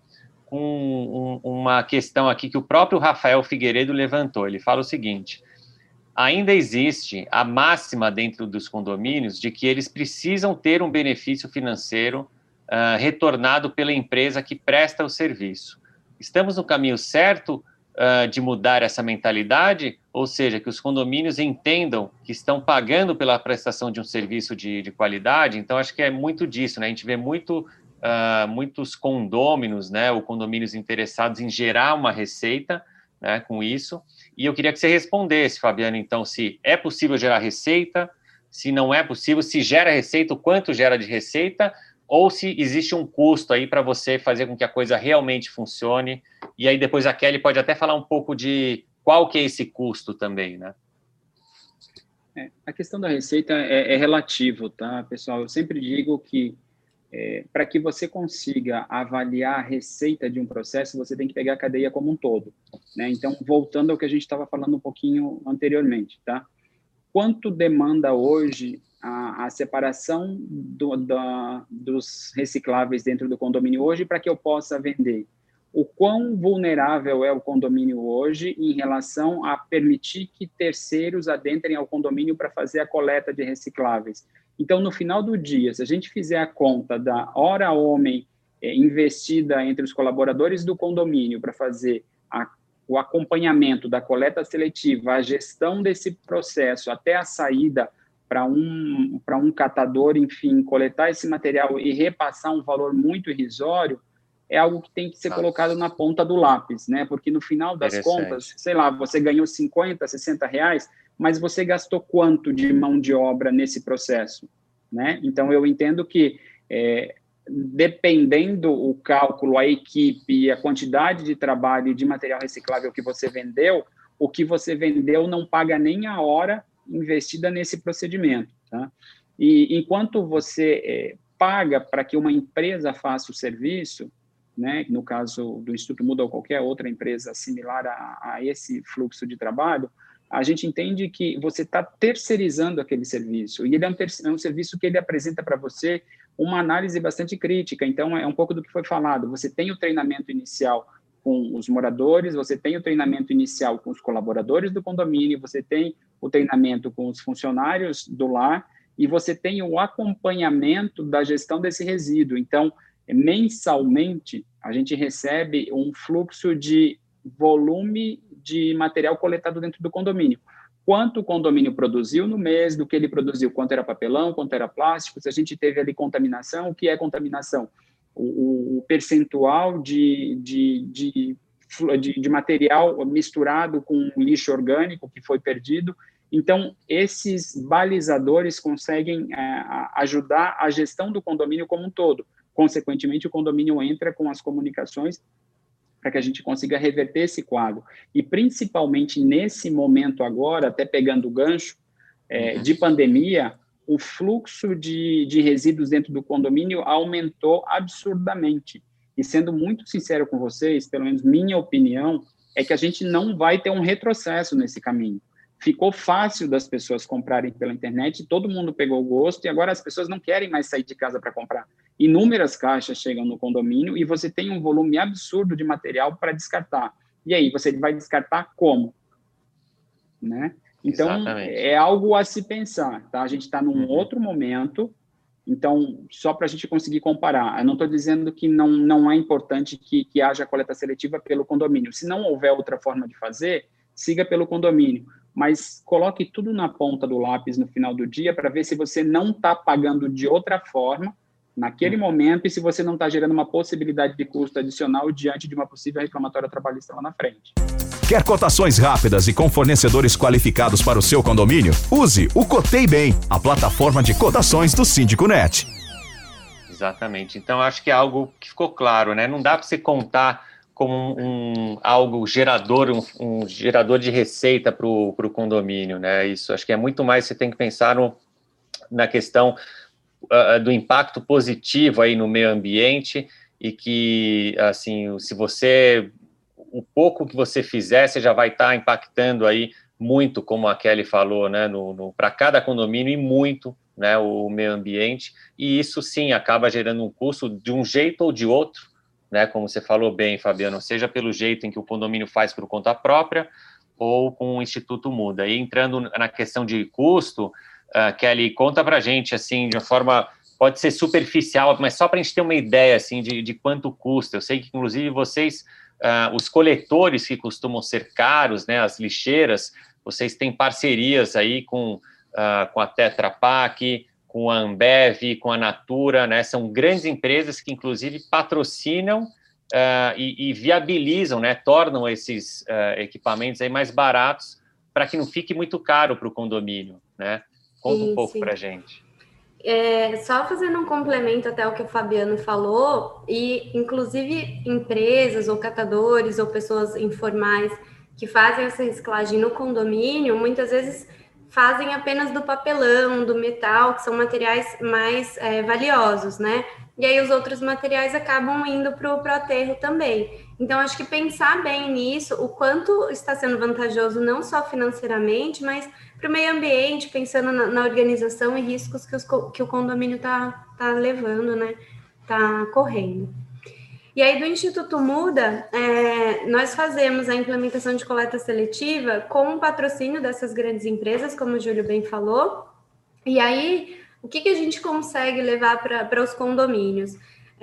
com um, uma questão aqui que o próprio Rafael Figueiredo levantou. Ele fala o seguinte: ainda existe a máxima dentro dos condomínios de que eles precisam ter um benefício financeiro Uh, retornado pela empresa que presta o serviço. Estamos no caminho certo uh, de mudar essa mentalidade? Ou seja, que os condomínios entendam que estão pagando pela prestação de um serviço de, de qualidade? Então, acho que é muito disso, né? A gente vê muito, uh, muitos condôminos, né, ou condomínios interessados em gerar uma receita, né, com isso. E eu queria que você respondesse, Fabiano, então, se é possível gerar receita, se não é possível, se gera receita, o quanto gera de receita, ou se existe um custo aí para você fazer com que a coisa realmente funcione, e aí depois a Kelly pode até falar um pouco de qual que é esse custo também, né? É, a questão da receita é, é relativo, tá, pessoal? Eu sempre digo que é, para que você consiga avaliar a receita de um processo, você tem que pegar a cadeia como um todo, né? Então, voltando ao que a gente estava falando um pouquinho anteriormente, tá? Quanto demanda hoje a, a separação do, da, dos recicláveis dentro do condomínio hoje para que eu possa vender? O quão vulnerável é o condomínio hoje em relação a permitir que terceiros adentrem ao condomínio para fazer a coleta de recicláveis? Então, no final do dia, se a gente fizer a conta da hora homem é, investida entre os colaboradores do condomínio para fazer a, o acompanhamento da coleta seletiva, a gestão desse processo até a saída para um, para um catador, enfim, coletar esse material e repassar um valor muito irrisório, é algo que tem que ser colocado na ponta do lápis, né? Porque no final das contas, sei lá, você ganhou cinquenta, sessenta reais, mas você gastou quanto de mão de obra nesse processo, né? Então, eu entendo que é, dependendo o cálculo, a equipe e a quantidade de trabalho e de material reciclável que você vendeu, o que você vendeu não paga nem a hora investida nesse procedimento, tá? E enquanto você é, paga para que uma empresa faça o serviço, né, no caso do Instituto Muda ou qualquer outra empresa similar a, a esse fluxo de trabalho, a gente entende que você está terceirizando aquele serviço, e ele é um, é um serviço que ele apresenta para você uma análise bastante crítica. Então, é um pouco do que foi falado. Você tem o treinamento inicial com os moradores, você tem o treinamento inicial com os colaboradores do condomínio, você tem o treinamento com os funcionários do lar, e você tem o acompanhamento da gestão desse resíduo. Então, mensalmente, a gente recebe um fluxo de volume de material coletado dentro do condomínio. Quanto o condomínio produziu no mês, do que ele produziu, quanto era papelão, quanto era plástico, se a gente teve ali contaminação, o que é contaminação? O, o percentual de, de, de, de, de material misturado com lixo orgânico que foi perdido. Então, esses balizadores conseguem é, ajudar a gestão do condomínio como um todo. Consequentemente, o condomínio entra com as comunicações para que a gente consiga reverter esse quadro. E, principalmente nesse momento agora, até pegando o gancho é, de pandemia, o fluxo de, de resíduos dentro do condomínio aumentou absurdamente. E, sendo muito sincero com vocês, pelo menos minha opinião, é que a gente não vai ter um retrocesso nesse caminho. Ficou fácil das pessoas comprarem pela internet, todo mundo pegou o gosto, e agora as pessoas não querem mais sair de casa para comprar. Inúmeras caixas chegam no condomínio e você tem um volume absurdo de material para descartar. E aí, você vai descartar como? Né? Então, exatamente, é algo a se pensar, tá? A gente está num uhum. outro momento, então, só para a gente conseguir comparar. Eu não estou dizendo que não, não é importante que, que haja coleta seletiva pelo condomínio. Se não houver outra forma de fazer, siga pelo condomínio. Mas coloque tudo na ponta do lápis no final do dia para ver se você não está pagando de outra forma naquele momento e se você não está gerando uma possibilidade de custo adicional diante de uma possível reclamatória trabalhista lá na frente. Quer cotações rápidas e com fornecedores qualificados para o seu condomínio? Use o Cotei Bem, a plataforma de cotações do Síndico Net. Exatamente. Então, acho que é algo que ficou claro, né? Não dá para você contar como um, um algo gerador, um, um gerador de receita para o condomínio, né? Isso acho que é muito mais, você tem que pensar no, na questão uh, do impacto positivo aí no meio ambiente e que, assim, se você, o pouco que você fizer, você já vai estar tá impactando aí muito, como a Kelly falou, né? No, no, para cada condomínio e muito, né? O meio ambiente, e isso sim acaba gerando um custo de um jeito ou de outro, né, como você falou bem, Fabiano, seja pelo jeito em que o condomínio faz por conta própria ou com o Instituto Muda. E entrando na questão de custo, uh, Kelly, conta para a gente, assim, de uma forma, pode ser superficial, mas só para a gente ter uma ideia, assim, de, de quanto custa. Eu sei que, inclusive, vocês, uh, os coletores que costumam ser caros, né, as lixeiras, vocês têm parcerias aí com, uh, com a Tetra Pak, com a Ambev, com a Natura, né? São grandes empresas que, inclusive, patrocinam uh, e, e viabilizam, né? Tornam esses uh, equipamentos aí mais baratos para que não fique muito caro para o condomínio, né? Conta sim, um pouco para a gente. É, só fazendo um complemento até o que o Fabiano falou, e, inclusive, empresas ou catadores ou pessoas informais que fazem essa reciclagem no condomínio, muitas vezes fazem apenas do papelão, do metal, que são materiais mais é, valiosos, né? E aí os outros materiais acabam indo para o aterro também. Então, acho que pensar bem nisso, o quanto está sendo vantajoso, não só financeiramente, mas para o meio ambiente, pensando na, na organização e riscos que, os, que o condomínio está tá levando, né? Está correndo. E aí, do Instituto Muda, é, nós fazemos a implementação de coleta seletiva com o patrocínio dessas grandes empresas, como o Júlio bem falou. E aí, o que, que a gente consegue levar para os condomínios?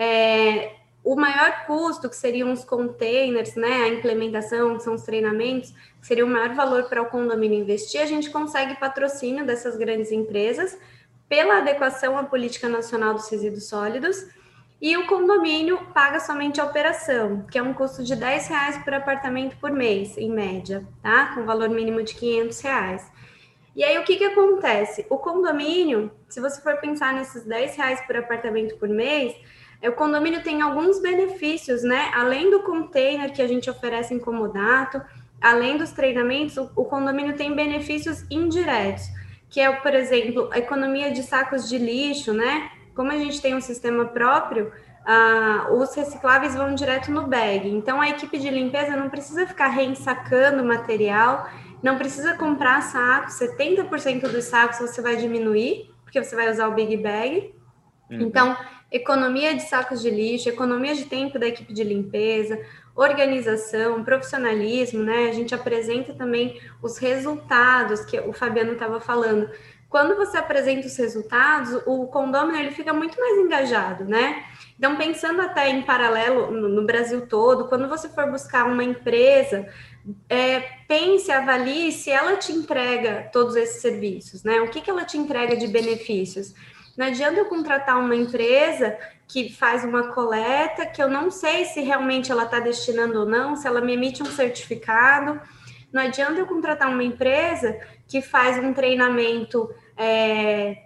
É, o maior custo, que seriam os containers, né, a implementação, que são os treinamentos, que seria o maior valor para o condomínio investir, a gente consegue patrocínio dessas grandes empresas pela adequação à Política Nacional dos Resíduos Sólidos. E o condomínio paga somente a operação, que é um custo de dez reais por apartamento por mês, em média, tá? Com valor mínimo de quinhentos reais. E aí, o que que acontece? O condomínio, se você for pensar nesses dez reais por apartamento por mês, o condomínio tem alguns benefícios, né? Além do container que a gente oferece em comodato, além dos treinamentos, o, o condomínio tem benefícios indiretos, que é, por exemplo, a economia de sacos de lixo, né? Como a gente tem um sistema próprio, ah, os recicláveis vão direto no bag. Então, a equipe de limpeza não precisa ficar reensacando material, não precisa comprar sacos, setenta por cento dos sacos você vai diminuir, porque você vai usar o Big Bag. Uhum. Então, economia de sacos de lixo, economia de tempo da equipe de limpeza, organização, profissionalismo, né? A gente apresenta também os resultados que o Fabiano estava falando. Quando você apresenta os resultados, o condômino ele fica muito mais engajado, né? Então, pensando até em paralelo no, no Brasil todo, quando você for buscar uma empresa, é, pense, avalie se ela te entrega todos esses serviços, né? O que, que ela te entrega de benefícios? Não adianta eu contratar uma empresa que faz uma coleta, que eu não sei se realmente ela está destinando ou não, se ela me emite um certificado. Não adianta eu contratar uma empresa que faz um treinamento é,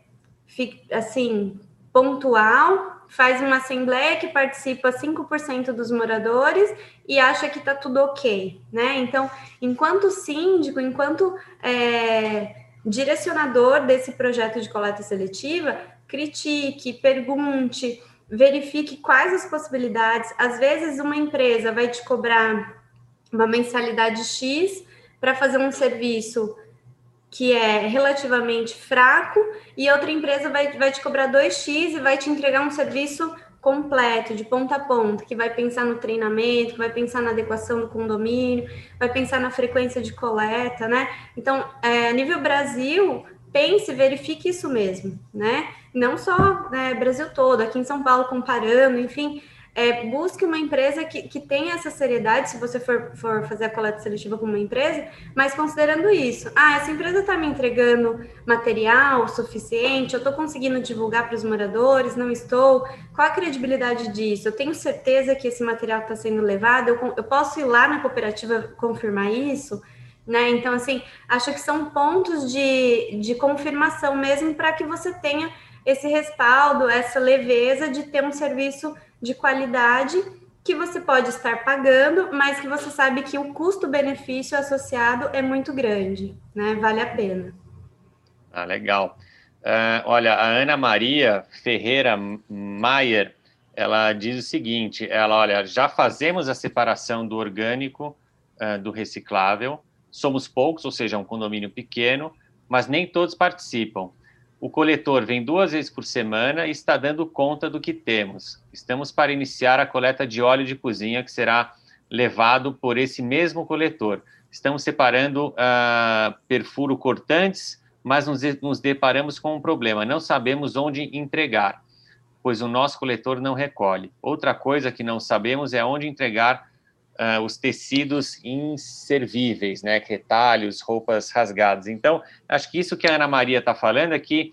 assim, pontual, faz uma assembleia que participa cinco por cento dos moradores e acha que está tudo ok, né? Então, enquanto síndico, enquanto é, direcionador desse projeto de coleta seletiva, critique, pergunte, verifique quais as possibilidades. Às vezes, uma empresa vai te cobrar uma mensalidade X para fazer um serviço que é relativamente fraco, e outra empresa vai, vai te cobrar dois x e vai te entregar um serviço completo, de ponta a ponta, que vai pensar no treinamento, que vai pensar na adequação do condomínio, vai pensar na frequência de coleta, né? Então, é, nível Brasil, pense, verifique isso mesmo, né? Não só né, Brasil todo, aqui em São Paulo comparando, enfim... É, busque uma empresa que, que tenha essa seriedade, se você for, for fazer a coleta seletiva com uma empresa, mas considerando isso, ah, essa empresa está me entregando material suficiente, eu estou conseguindo divulgar para os moradores, não estou, qual a credibilidade disso? Eu tenho certeza que esse material está sendo levado, eu, eu posso ir lá na cooperativa confirmar isso? Né? Então, assim, acho que são pontos de, de confirmação mesmo para que você tenha esse respaldo, essa leveza de ter um serviço de qualidade que você pode estar pagando, mas que você sabe que o custo-benefício associado é muito grande, né? Vale a pena. Ah, legal. Uh, olha, a Ana Maria Ferreira Maier, ela diz o seguinte, ela, olha, já fazemos a separação do orgânico uh, do reciclável, somos poucos, ou seja, um condomínio pequeno, mas nem todos participam. O coletor vem duas vezes por semana e está dando conta do que temos. Estamos para iniciar a coleta de óleo de cozinha, que será levado por esse mesmo coletor. Estamos separando uh, perfuro cortantes, mas nos, nos deparamos com um problema. Não sabemos onde entregar, pois o nosso coletor não recolhe. Outra coisa que não sabemos é onde entregar uh, os tecidos inservíveis, né? Retalhos, roupas rasgadas. Então, acho que isso que a Ana Maria está falando é que,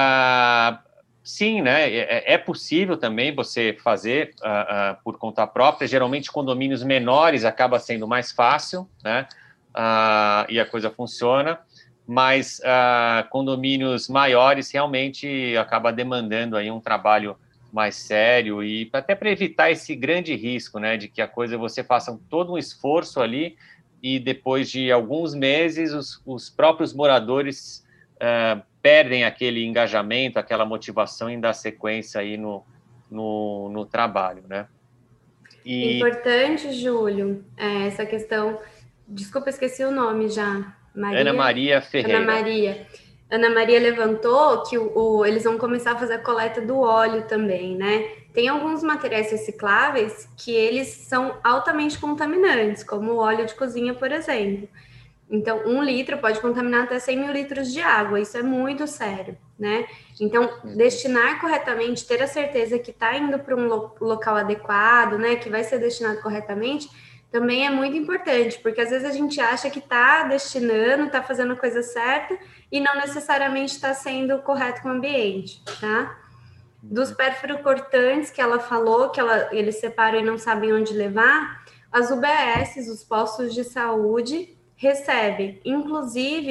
uh, sim, né? É, é possível também você fazer uh, uh, por conta própria. Geralmente, condomínios menores acaba sendo mais fácil, né? Uh, e a coisa funciona. Mas uh, condomínios maiores realmente acaba demandando aí um trabalho mais sério e até para evitar esse grande risco, né, de que a coisa você faça todo um esforço ali e depois de alguns meses os, os próprios moradores uh, perdem aquele engajamento, aquela motivação em dar sequência aí no, no, no trabalho, né? E... Importante, Júlio, é, essa questão, desculpa, esqueci o nome já. Maria, Ana Maria Ferreira. Ana Maria. Ana Maria levantou que o, o, eles vão começar a fazer a coleta do óleo também, né? Tem alguns materiais recicláveis que eles são altamente contaminantes, como o óleo de cozinha, por exemplo. Então, um litro pode contaminar até cem mil litros de água, isso é muito sério, né? Então, destinar corretamente, ter a certeza que está indo para um lo, local adequado, né? Que vai ser destinado corretamente, também é muito importante, porque às vezes a gente acha que está destinando, está fazendo a coisa certa e não necessariamente está sendo correto com o ambiente, tá? Dos perfuro-cortantes que ela falou, que ela, eles separam e não sabem onde levar, as U B S, os postos de saúde, recebem. Inclusive,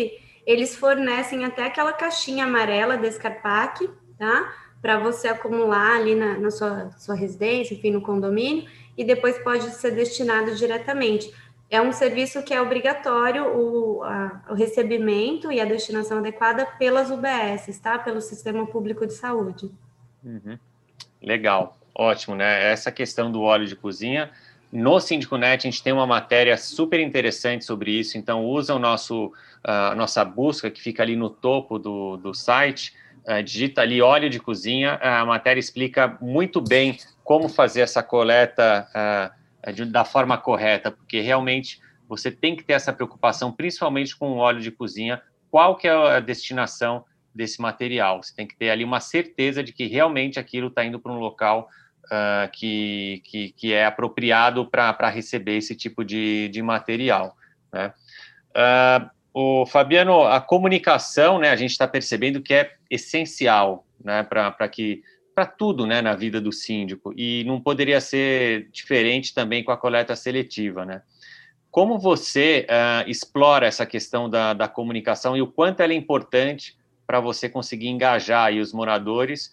eles fornecem até aquela caixinha amarela desse Descarpac, tá? Para você acumular ali na, na sua, sua residência, enfim, no condomínio, e depois pode ser destinado diretamente. É um serviço que é obrigatório o, a, o recebimento e a destinação adequada pelas U B S, tá? Pelo Sistema Público de Saúde. Uhum. Legal, ótimo, né? Essa questão do óleo de cozinha, no SíndicoNet a gente tem uma matéria super interessante sobre isso, então usa o nosso, a uh, nossa busca que fica ali no topo do, do site, uh, digita ali óleo de cozinha, a matéria explica muito bem como fazer essa coleta uh, de, da forma correta, porque realmente você tem que ter essa preocupação, principalmente com o óleo de cozinha, qual que é a destinação desse material. Você tem que ter ali uma certeza de que realmente aquilo está indo para um local uh, que, que, que é apropriado para receber esse tipo de, de material, né? Uh, o Fabiano, a comunicação, né, a gente está percebendo que é essencial, né, para que para tudo, né, na vida do síndico, e não poderia ser diferente também com a coleta seletiva, né? Como você uh, explora essa questão da, da comunicação e o quanto ela é importante para você conseguir engajar aí os moradores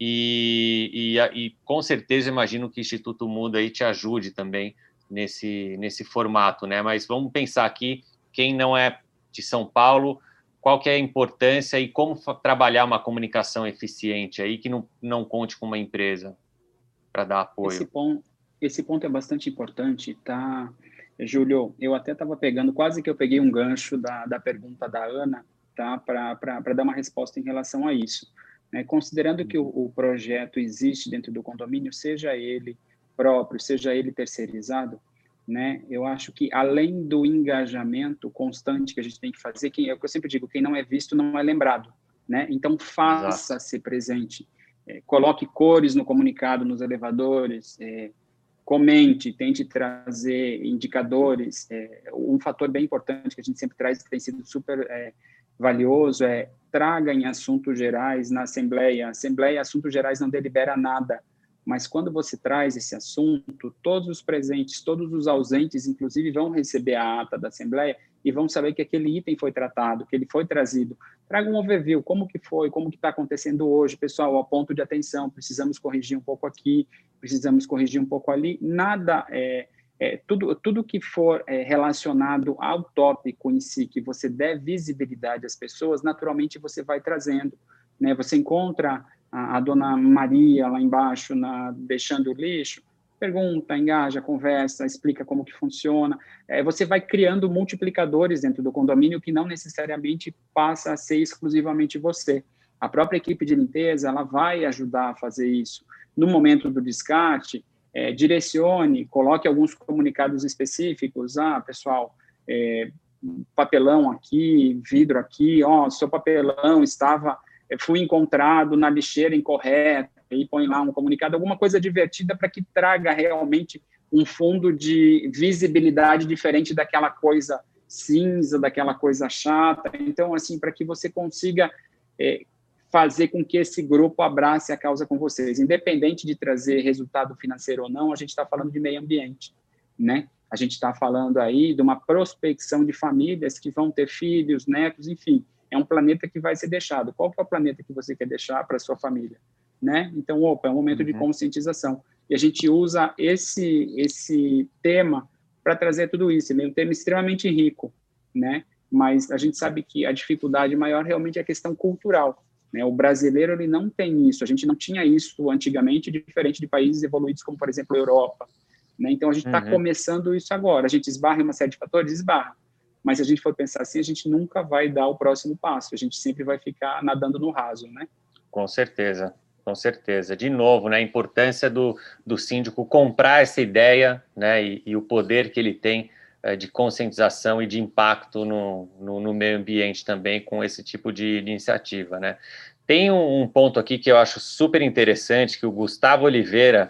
e, e, e com certeza imagino que o Instituto Muda aí te ajude também nesse, nesse formato, né? Mas vamos pensar aqui, quem não é de São Paulo, qual que é a importância e como trabalhar uma comunicação eficiente aí que não, não conte com uma empresa para dar apoio. Esse ponto, esse ponto é bastante importante, tá, Júlio? Eu até estava pegando, quase que eu peguei um gancho da, da pergunta da Ana, tá, para dar uma resposta em relação a isso. Né? Considerando que o, o projeto existe dentro do condomínio, seja ele próprio, seja ele terceirizado, né, eu acho que além do engajamento constante que a gente tem que fazer, quem, é o que eu sempre digo, quem não é visto não é lembrado, né? Então faça-se presente, é, coloque cores no comunicado, nos elevadores, é, comente, tente trazer indicadores. É, um fator bem importante que a gente sempre traz, que tem sido super é, valioso, é traga em assuntos gerais na Assembleia. A Assembleia, assuntos gerais, não delibera nada, mas quando você traz esse assunto, todos os presentes, todos os ausentes, inclusive, vão receber a ata da Assembleia e vão saber que aquele item foi tratado, que ele foi trazido. Traga um overview, como que foi, como que está acontecendo hoje, pessoal, a ponto de atenção, precisamos corrigir um pouco aqui, precisamos corrigir um pouco ali. Nada, é, é, tudo, tudo que for é, relacionado ao tópico em si, que você der visibilidade às pessoas, naturalmente você vai trazendo, né? Você encontra a, a dona Maria lá embaixo, na, deixando o lixo, pergunta, engaja, conversa, explica como que funciona. É, você vai criando multiplicadores dentro do condomínio que não necessariamente passa a ser exclusivamente você. A própria equipe de limpeza, ela vai ajudar a fazer isso. No momento do descarte, é, direcione, coloque alguns comunicados específicos. Ah, pessoal, é, papelão aqui, vidro aqui, ó, seu papelão estava, fui encontrado na lixeira incorreta, e põe lá um comunicado, alguma coisa divertida para que traga realmente um fundo de visibilidade diferente daquela coisa cinza, daquela coisa chata. Então, assim, para que você consiga é, fazer com que esse grupo abrace a causa com vocês. Independente de trazer resultado financeiro ou não, a gente está falando de meio ambiente, né? A gente está falando aí de uma prospecção de famílias que vão ter filhos, netos, enfim. É um planeta que vai ser deixado. Qual que é o planeta que você quer deixar para a sua família? Né? Então, opa, é um momento uhum. de conscientização. E a gente usa esse, esse tema para trazer tudo isso. Ele é um tema extremamente rico, né? Mas a gente sabe que a dificuldade maior realmente é a questão cultural, né? O brasileiro, ele não tem isso. A gente não tinha isso antigamente, diferente de países evoluídos como, por exemplo, a Europa, né? Então, a gente está uhum. começando isso agora. A gente esbarra em uma série de fatores? Esbarra. Mas se a gente for pensar assim, a gente nunca vai dar o próximo passo. A gente sempre vai ficar nadando no raso, né? Com certeza. Com certeza. De novo, né, a importância do, do síndico comprar essa ideia, né, e, e o poder que ele tem é, de conscientização e de impacto no, no, no meio ambiente também com esse tipo de, de iniciativa, né. Tem um, um ponto aqui que eu acho super interessante, que o Gustavo Oliveira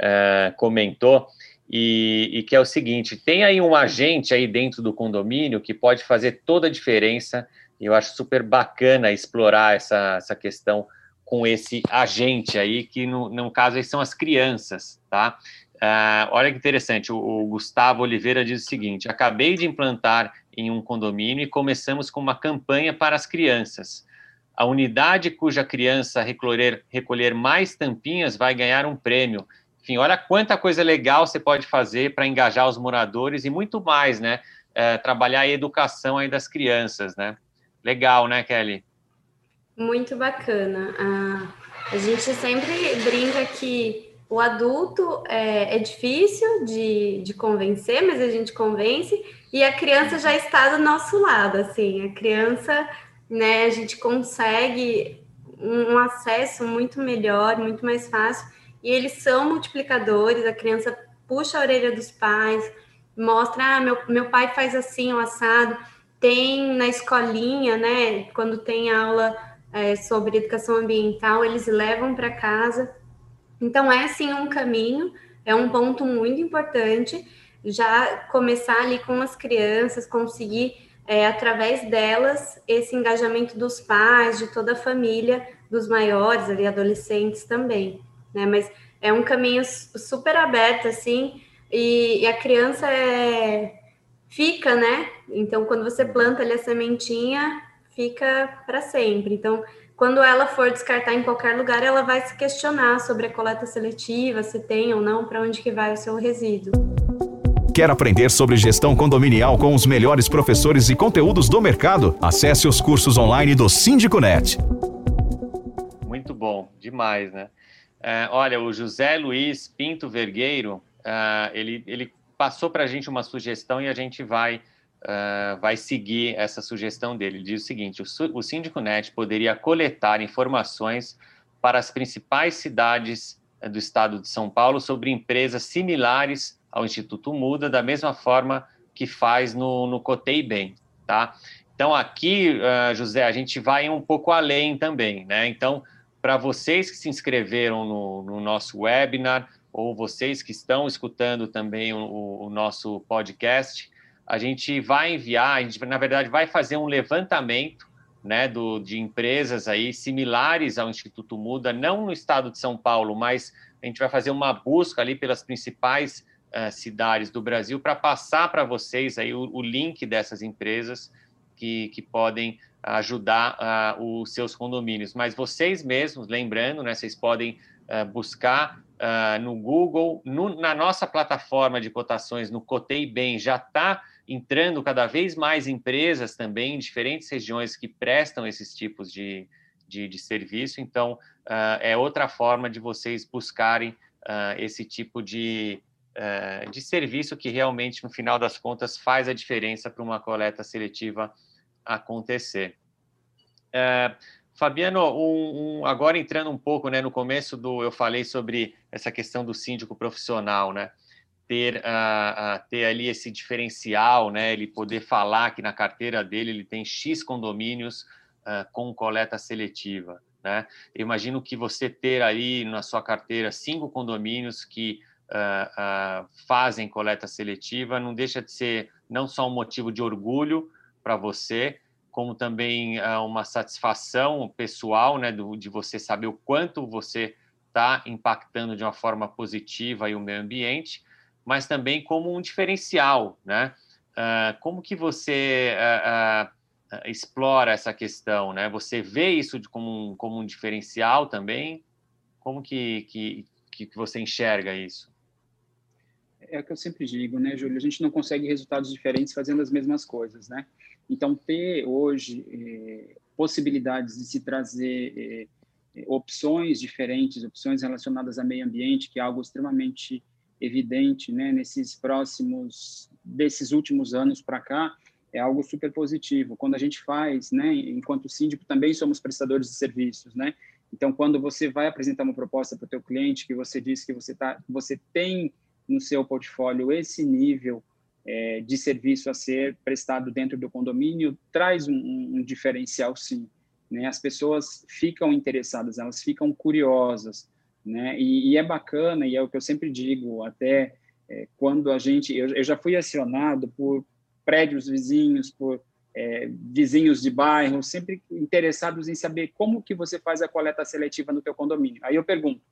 é, comentou, e, e que é o seguinte: tem aí um agente aí dentro do condomínio que pode fazer toda a diferença, e eu acho super bacana explorar essa, essa questão com esse agente aí, que no, no caso aí são as crianças, tá? Uh, olha que interessante, o, o Gustavo Oliveira diz o seguinte: acabei de implantar em um condomínio e começamos com uma campanha para as crianças. A unidade cuja criança recolher, recolher mais tampinhas vai ganhar um prêmio. Enfim, olha quanta coisa legal você pode fazer para engajar os moradores e muito mais, né? Uh, trabalhar a educação aí das crianças, né? Legal, né, Kelly? Muito bacana. Ah, a gente sempre brinca que o adulto é, é difícil de, de convencer, mas a gente convence, e a criança já está do nosso lado, assim, a criança, né, a gente consegue um, um acesso muito melhor, muito mais fácil, e eles são multiplicadores, a criança puxa a orelha dos pais, mostra, ah, meu, meu pai faz assim, o assado, tem na escolinha, né, quando tem aula é, sobre educação ambiental, eles levam para casa. Então, é sim um caminho, é um ponto muito importante, já começar ali com as crianças, conseguir, é, através delas, esse engajamento dos pais, de toda a família, dos maiores, ali, adolescentes também, né? Mas é um caminho super aberto, assim, e, e a criança é, fica, né? Então, quando você planta ali a sementinha, fica para sempre. Então, quando ela for descartar em qualquer lugar, ela vai se questionar sobre a coleta seletiva, se tem ou não, para onde que vai o seu resíduo. Quer aprender sobre gestão condominial com os melhores professores e conteúdos do mercado? Acesse os cursos online do Síndico Net. Muito bom, demais, né? Uh, olha, o José Luiz Pinto Vergueiro, uh, ele, ele passou para a gente uma sugestão e a gente vai... Uh, vai seguir essa sugestão dele. Ele diz o seguinte: o, o Síndico Net poderia coletar informações para as principais cidades uh, do estado de São Paulo sobre empresas similares ao Instituto Muda, da mesma forma que faz no, no Cotei Bem, tá? Então, aqui, uh, José, a gente vai um pouco além também, né? Então, para vocês que se inscreveram no, no nosso webinar, ou vocês que estão escutando também o, o nosso podcast, a gente vai enviar, a gente, na verdade, vai fazer um levantamento, né, do, de empresas aí similares ao Instituto Muda, não no estado de São Paulo, mas a gente vai fazer uma busca ali pelas principais uh, cidades do Brasil para passar para vocês aí o, o link dessas empresas que, que podem ajudar uh, os seus condomínios. Mas vocês mesmos, lembrando, né, vocês podem uh, buscar uh, no Google, no, na nossa plataforma de cotações, no Cotei Bem, já está entrando cada vez mais empresas também em diferentes regiões que prestam esses tipos de, de, de serviço. Então, uh, é outra forma de vocês buscarem uh, esse tipo de, uh, de serviço que realmente, no final das contas, faz a diferença para uma coleta seletiva acontecer. Uh, Fabiano, um, um, agora entrando um pouco, né, no começo do, eu falei sobre essa questão do síndico profissional, né? Ter, uh, uh, ter ali esse diferencial, né? Ele poder falar que na carteira dele ele tem X condomínios uh, com coleta seletiva, né? Eu imagino que você ter aí na sua carteira cinco condomínios que uh, uh, fazem coleta seletiva não deixa de ser não só um motivo de orgulho para você, como também uh, uma satisfação pessoal, né? Do, de você saber o quanto você está impactando de uma forma positiva aí o meio ambiente, mas também como um diferencial, né? Uh, como que você uh, uh, explora essa questão, né? Você vê isso de, como, um, como um diferencial também? Como que, que, que você enxerga isso? É o que eu sempre digo, né, Júlio? A gente não consegue resultados diferentes fazendo as mesmas coisas, né? Então, ter hoje eh, possibilidades de se trazer eh, opções diferentes, opções relacionadas a meio ambiente, que é algo extremamente evidente, né, nesses próximos, desses últimos anos para cá, é algo super positivo. Quando a gente faz, né, enquanto síndico, também somos prestadores de serviços, né? Então, quando você vai apresentar uma proposta para o teu cliente, que você diz que você, tá, você tem no seu portfólio esse nível é, de serviço a ser prestado dentro do condomínio, traz um, um diferencial, sim, né? As pessoas ficam interessadas, elas ficam curiosas, né? E, e é bacana, e é o que eu sempre digo, até é, quando a gente... Eu, eu já fui acionado por prédios vizinhos, por é, vizinhos de bairro, sempre interessados em saber como que você faz a coleta seletiva no teu condomínio. Aí eu pergunto,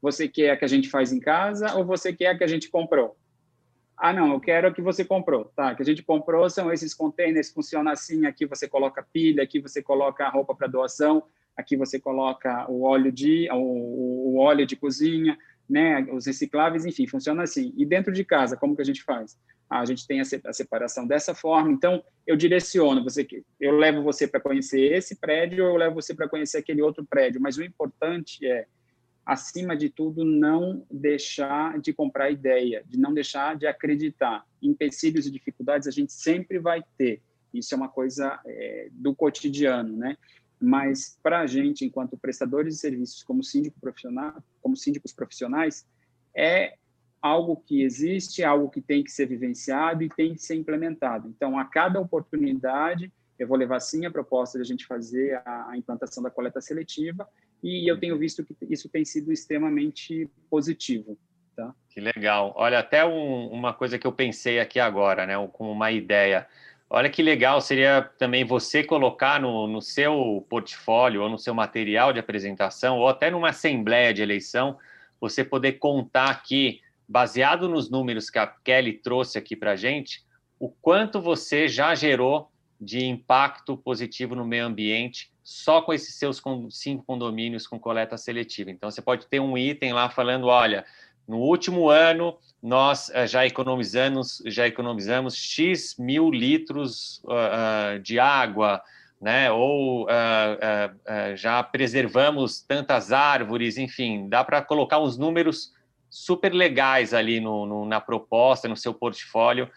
Você quer a que a gente faz em casa ou você quer a que a gente comprou? Ah, não, eu quero a que você comprou. Tá, a que a gente comprou são esses containers, funciona assim, aqui você coloca pilha, aqui você coloca a roupa para doação, aqui você coloca o óleo de, o, o óleo de cozinha, né, os recicláveis, enfim, funciona assim. E dentro de casa, como que a gente faz? Ah, a gente tem a separação dessa forma, então eu direciono, você, eu levo você para conhecer esse prédio ou eu levo você para conhecer aquele outro prédio, mas o importante é, acima de tudo, não deixar de comprar ideia, de não deixar de acreditar. Empecilhos e dificuldades a gente sempre vai ter, isso é uma coisa é, do cotidiano, né? Mas para a gente, enquanto prestadores de serviços, como síndico profissional, como síndicos profissionais, é algo que existe, algo que tem que ser vivenciado e tem que ser implementado. Então, a cada oportunidade, eu vou levar sim a proposta de a gente fazer a, a implantação da coleta seletiva e eu tenho visto que isso tem sido extremamente positivo. Tá? Que legal. Olha, até um, uma coisa que eu pensei aqui agora, né, como uma ideia. Olha que legal seria também você colocar no, no seu portfólio ou no seu material de apresentação ou até numa assembleia de eleição, você poder contar aqui, baseado nos números que a Kelly trouxe aqui para a gente, o quanto você já gerou de impacto positivo no meio ambiente só com esses seus cinco condomínios com coleta seletiva. Então, você pode ter um item lá falando, olha, no último ano, nós uh, já economizamos, já economizamos X mil litros uh, uh, de água, né? Ou uh, uh, uh, já preservamos tantas árvores, enfim, dá para colocar uns números super legais ali no, no, na proposta, no seu portfólio,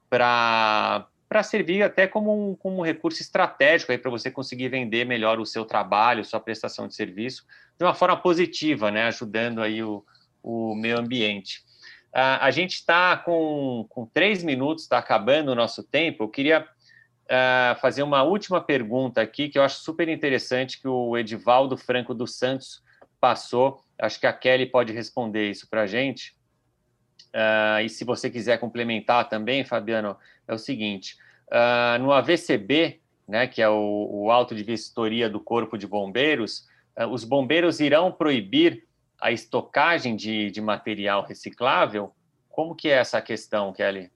para para servir até como um, como um recurso estratégico para você conseguir vender melhor o seu trabalho, sua prestação de serviço, de uma forma positiva, né? Ajudando aí o, o meio ambiente. Uh, a gente está com, com três minutos, está acabando o nosso tempo. Eu queria uh, fazer uma última pergunta aqui, que eu acho super interessante, que o Edivaldo Franco dos Santos passou. Acho que a Kelly pode responder isso para a gente. Uh, e se você quiser complementar também, Fabiano, é o seguinte, uh, no A V C B, né, que é o, o auto de vistoria do Corpo de Bombeiros, uh, os bombeiros irão proibir a estocagem de, de material reciclável? Como que é essa questão, Kelly?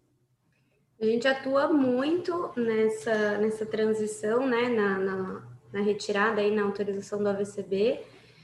A gente atua muito nessa, nessa transição, né, na, na, na retirada e na autorização do A V C B,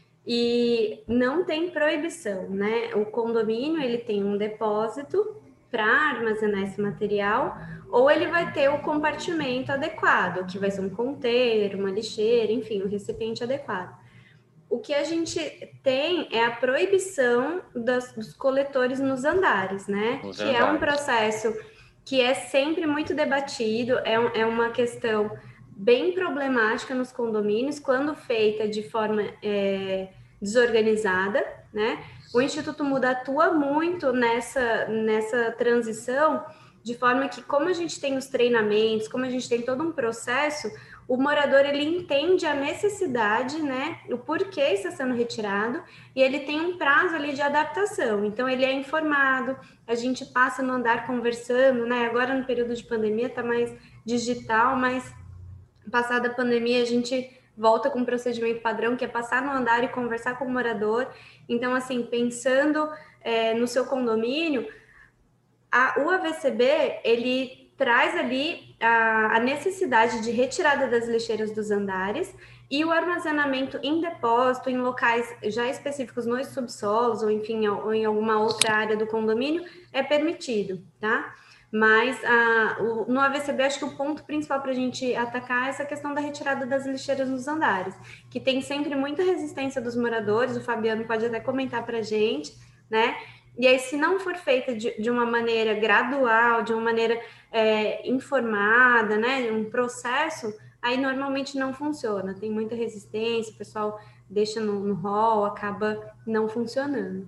e não tem proibição, né? O condomínio, ele tem um depósito para armazenar esse material, ou ele vai ter o compartimento adequado, que vai ser um container, uma lixeira, enfim, um recipiente adequado. O que a gente tem é a proibição das, dos coletores nos andares, né? Nos que andares. É um processo que é sempre muito debatido, é, um, é uma questão bem problemática nos condomínios, quando feita de forma é, desorganizada, né? O Instituto Muda atua muito nessa, nessa transição, de forma que, como a gente tem os treinamentos, como a gente tem todo um processo, o morador, ele entende a necessidade, né, o porquê está sendo retirado, e ele tem um prazo ali de adaptação. Então, ele é informado, a gente passa no andar conversando, né, agora no período de pandemia está mais digital, mas passada a pandemia a gente volta com um procedimento padrão, que é passar no andar e conversar com o morador. Então, assim, pensando é, no seu condomínio, a, o A V C B, ele traz ali a, a necessidade de retirada das lixeiras dos andares e o armazenamento em depósito, em locais já específicos nos subsolos, ou enfim, ou em alguma outra área do condomínio, é permitido, tá? Mas a, o, no A V C B, acho que o ponto principal para a gente atacar é essa questão da retirada das lixeiras nos andares, que tem sempre muita resistência dos moradores, o Fabiano pode até comentar para a gente, né? E aí, se não for feita de, de uma maneira gradual, de uma maneira é, informada, né, um processo, aí normalmente não funciona. Tem muita resistência, o pessoal deixa no, no hall, acaba não funcionando.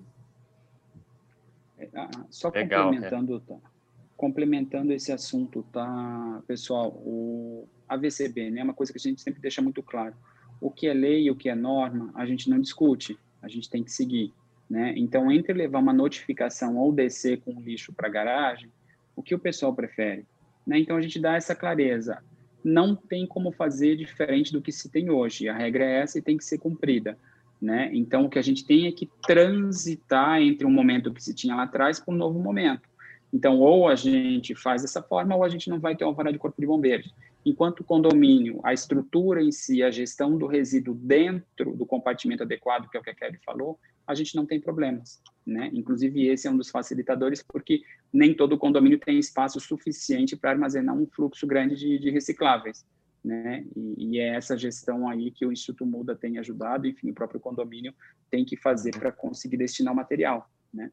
Só Legal, complementando, tá? complementando esse assunto, tá, pessoal? O A V C B, né, é uma coisa que a gente sempre deixa muito claro. O que é lei e o que é norma, a gente não discute, a gente tem que seguir. Né? Então, entre levar uma notificação ou descer com lixo para a garagem, o que o pessoal prefere? Né? Então, a gente dá essa clareza. Não tem como fazer diferente do que se tem hoje. A regra é essa e tem que ser cumprida. né? Então, o que a gente tem é que transitar entre um momento que se tinha lá atrás para um novo momento. Então, ou a gente faz dessa forma, ou a gente não vai ter um alvará de corpo de bombeiros. Enquanto o condomínio, a estrutura em si, a gestão do resíduo dentro do compartimento adequado, que é o que a Kelly falou, a gente não tem problemas, né? Inclusive, esse é um dos facilitadores, porque nem todo condomínio tem espaço suficiente para armazenar um fluxo grande de, de recicláveis, né? E, e é essa gestão aí que o Instituto Muda tem ajudado, enfim, o próprio condomínio tem que fazer para conseguir destinar o material, né?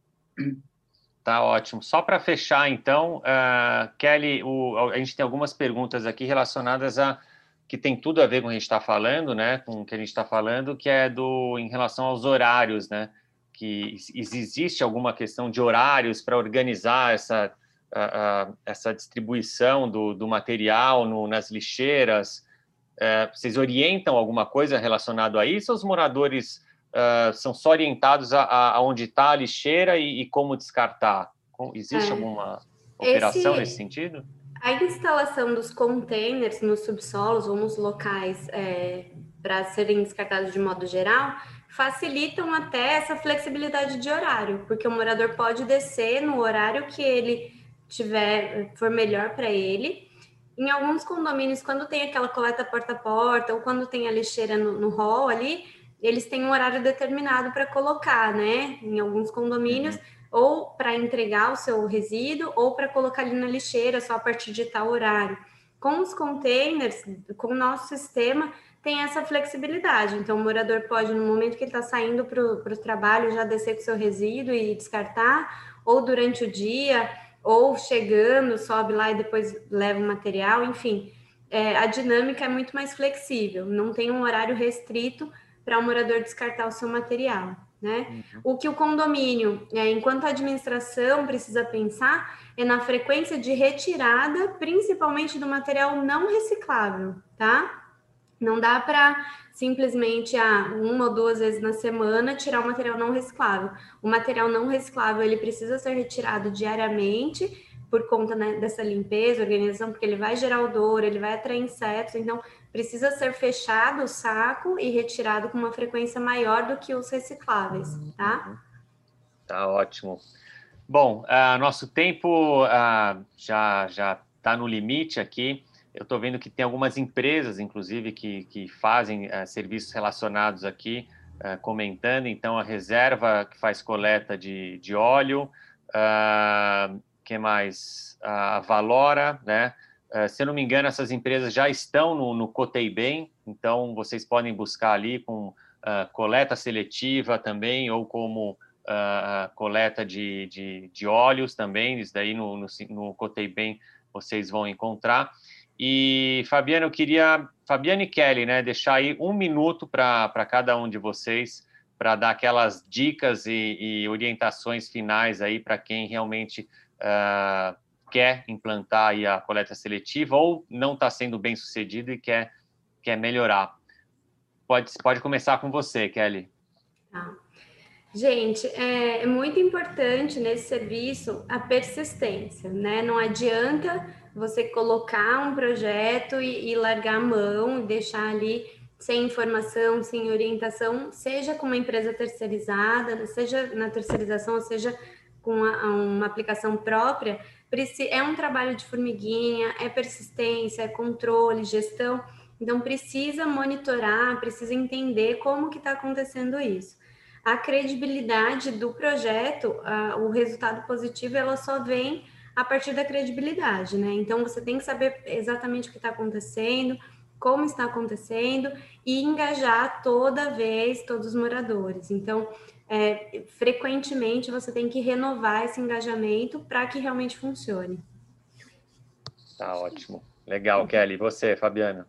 Tá ótimo. Só para fechar, então, uh, Kelly, o, a gente tem algumas perguntas aqui relacionadas a que tem tudo a ver com o que a gente está falando, né? Com o que a gente está falando, que é do em relação aos horários, né? Que existe alguma questão de horários para organizar essa uh, uh, essa distribuição do, do material no, nas lixeiras. Uh, vocês orientam alguma coisa relacionada a isso? Ou os moradores Uh, são só orientados a, a, a onde está a lixeira e, e como descartar? Existe é. alguma operação Esse, nesse sentido? A instalação dos containers nos subsolos ou nos locais é, para serem descartados de modo geral facilitam até essa flexibilidade de horário, porque o morador pode descer no horário que ele tiver, for melhor para ele. Em alguns condomínios, quando tem aquela coleta porta a porta ou quando tem a lixeira no, no hall ali, eles têm um horário determinado para colocar, né? Em alguns condomínios, uhum. ou para entregar o seu resíduo, ou para colocar ali na lixeira, só a partir de tal horário. Com os containers, com o nosso sistema, tem essa flexibilidade. Então, o morador pode, no momento que ele está saindo para o trabalho, já descer com o seu resíduo e descartar, ou durante o dia, ou chegando, sobe lá e depois leva o material, enfim. É, a dinâmica é muito mais flexível, não tem um horário restrito para o morador descartar o seu material, né? Uhum. O que o condomínio, é, enquanto a administração precisa pensar é na frequência de retirada, principalmente do material não reciclável, tá? Não dá para simplesmente ah, uma ou duas vezes na semana tirar o material não reciclável. O material não reciclável ele precisa ser retirado diariamente por conta, né, dessa limpeza, organização, porque ele vai gerar odor, ele vai atrair insetos, então precisa ser fechado o saco e retirado com uma frequência maior do que os recicláveis, tá? Tá ótimo. Bom, uh, nosso tempo uh, já já está no limite aqui. Eu estou vendo que tem algumas empresas, inclusive, que, que fazem uh, serviços relacionados aqui, uh, comentando. Então, a Reserva, que faz coleta de, de óleo, uh, que mais? A Valora, né? Uh, se eu não me engano, essas empresas já estão no, no Cotei Bem, então vocês podem buscar ali com uh, coleta seletiva também, ou como uh, coleta de, de, de óleos também, isso daí no, no, no Cotei Bem vocês vão encontrar. E, Fabiana, eu queria, Fabiana e Kelly, né, deixar aí um minuto para cada um de vocês, para dar aquelas dicas e, e orientações finais aí para quem realmente uh, quer implantar aí a coleta seletiva ou não está sendo bem sucedido e quer, quer melhorar. Pode, pode começar com você, Kelly. Ah. Gente, é muito importante nesse serviço a persistência, né? Não adianta você colocar um projeto e, e largar a mão e deixar ali sem informação, sem orientação, seja com uma empresa terceirizada, seja na terceirização, ou seja com uma, uma aplicação própria. É um trabalho de formiguinha, é persistência, é controle, gestão. Então, precisa monitorar, precisa entender como que está acontecendo isso. A credibilidade do projeto, uh, o resultado positivo, ela só vem a partir da credibilidade, né? Então, você tem que saber exatamente o que está acontecendo, como está acontecendo e engajar toda vez todos os moradores. Então, é, frequentemente, você tem que renovar esse engajamento para que realmente funcione. Tá ótimo. Legal, Kelly. E você, Fabiana?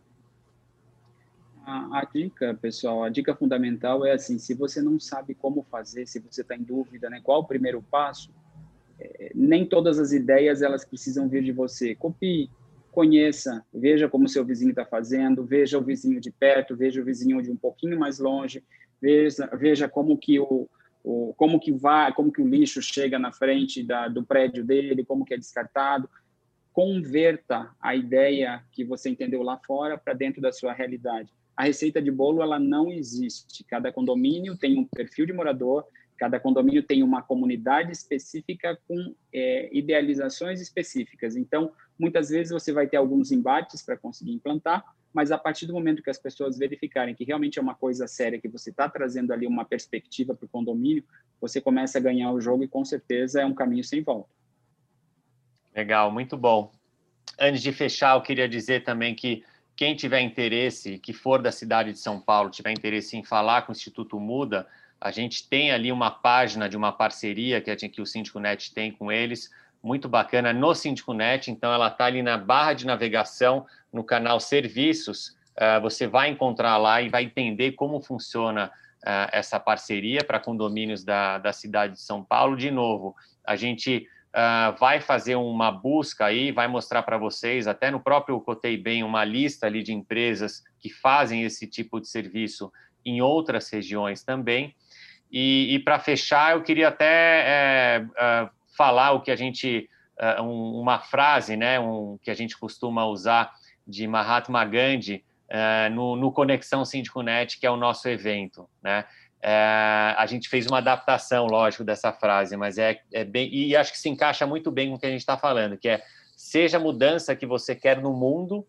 A, a dica, pessoal, a dica fundamental é assim, se você não sabe como fazer, se você está em dúvida, né, qual o primeiro passo, é, nem todas as ideias elas precisam vir de você. Copie, conheça, veja como seu vizinho está fazendo, veja o vizinho de perto, veja o vizinho de um pouquinho mais longe, veja, veja como que o, o como que vai, como que o lixo chega na frente da, do prédio dele, como que é descartado. Converta a ideia que você entendeu lá fora para dentro da sua realidade. a receita de bolo ela não existe. Cada condomínio tem um perfil de morador, cada condomínio tem uma comunidade específica com é, idealizações específicas. Então, muitas vezes você vai ter alguns embates para conseguir implantar, mas a partir do momento que as pessoas verificarem que realmente é uma coisa séria, que você está trazendo ali uma perspectiva para o condomínio, você começa a ganhar o jogo e com certeza é um caminho sem volta. Legal, muito bom. Antes de fechar, eu queria dizer também que quem tiver interesse, que for da cidade de São Paulo, tiver interesse em falar com o Instituto Muda, a gente tem ali uma página de uma parceria que, a gente, que o SíndicoNet tem com eles, muito bacana, no SíndicoNet. Então, ela está ali na barra de navegação, no canal Serviços. Uh, você vai encontrar lá e vai entender como funciona uh, essa parceria para condomínios da, da cidade de São Paulo. De novo, a gente uh, vai fazer uma busca aí, vai mostrar para vocês, até no próprio Cotei Bem, uma lista ali de empresas que fazem esse tipo de serviço em outras regiões também. E, e para fechar, eu queria até é, é, falar o que a gente, é, um, uma frase, né, um, que a gente costuma usar de Mahatma Gandhi é, no, no Conexão SíndicoNet, que é o nosso evento, né? É, a gente fez uma adaptação, lógico, dessa frase, mas é, é bem, e acho que se encaixa muito bem com o que a gente está falando, que é, seja a mudança que você quer no mundo,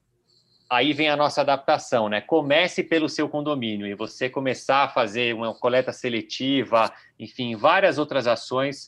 aí vem a nossa adaptação, né? Comece pelo seu condomínio e você começar a fazer uma coleta seletiva, enfim, várias outras ações.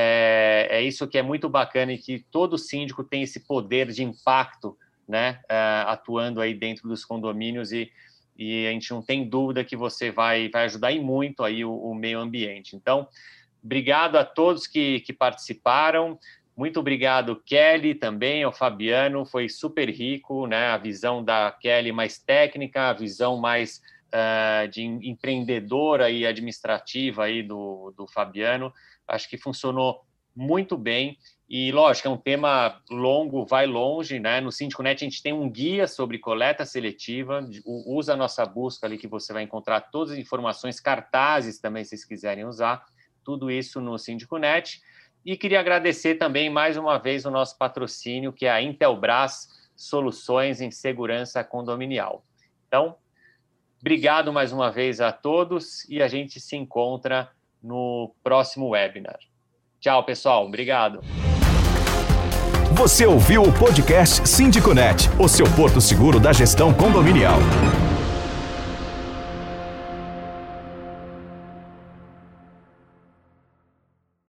É, é isso que é muito bacana e que todo síndico tem esse poder de impacto, né? É, atuando aí dentro dos condomínios e, e a gente não tem dúvida que você vai, vai ajudar e muito aí o, o meio ambiente. Então, obrigado a todos que, que participaram. Muito obrigado, Kelly, também, ao Fabiano, foi super rico, né? A visão da Kelly mais técnica, a visão mais uh, de empreendedora e administrativa aí do, do Fabiano. Acho que funcionou muito bem e, lógico, é um tema longo, vai longe, né? No SíndicoNet a gente tem um guia sobre coleta seletiva, usa a nossa busca ali que você vai encontrar todas as informações, cartazes também, se vocês quiserem usar, tudo isso no SíndicoNet. E queria agradecer também, mais uma vez, o nosso patrocínio, que é a Intelbras Soluções em Segurança Condominial. Então, obrigado mais uma vez a todos e a gente se encontra no próximo webinar. Tchau, pessoal. Obrigado. Você ouviu o podcast SíndicoNet, o seu porto seguro da gestão condominial.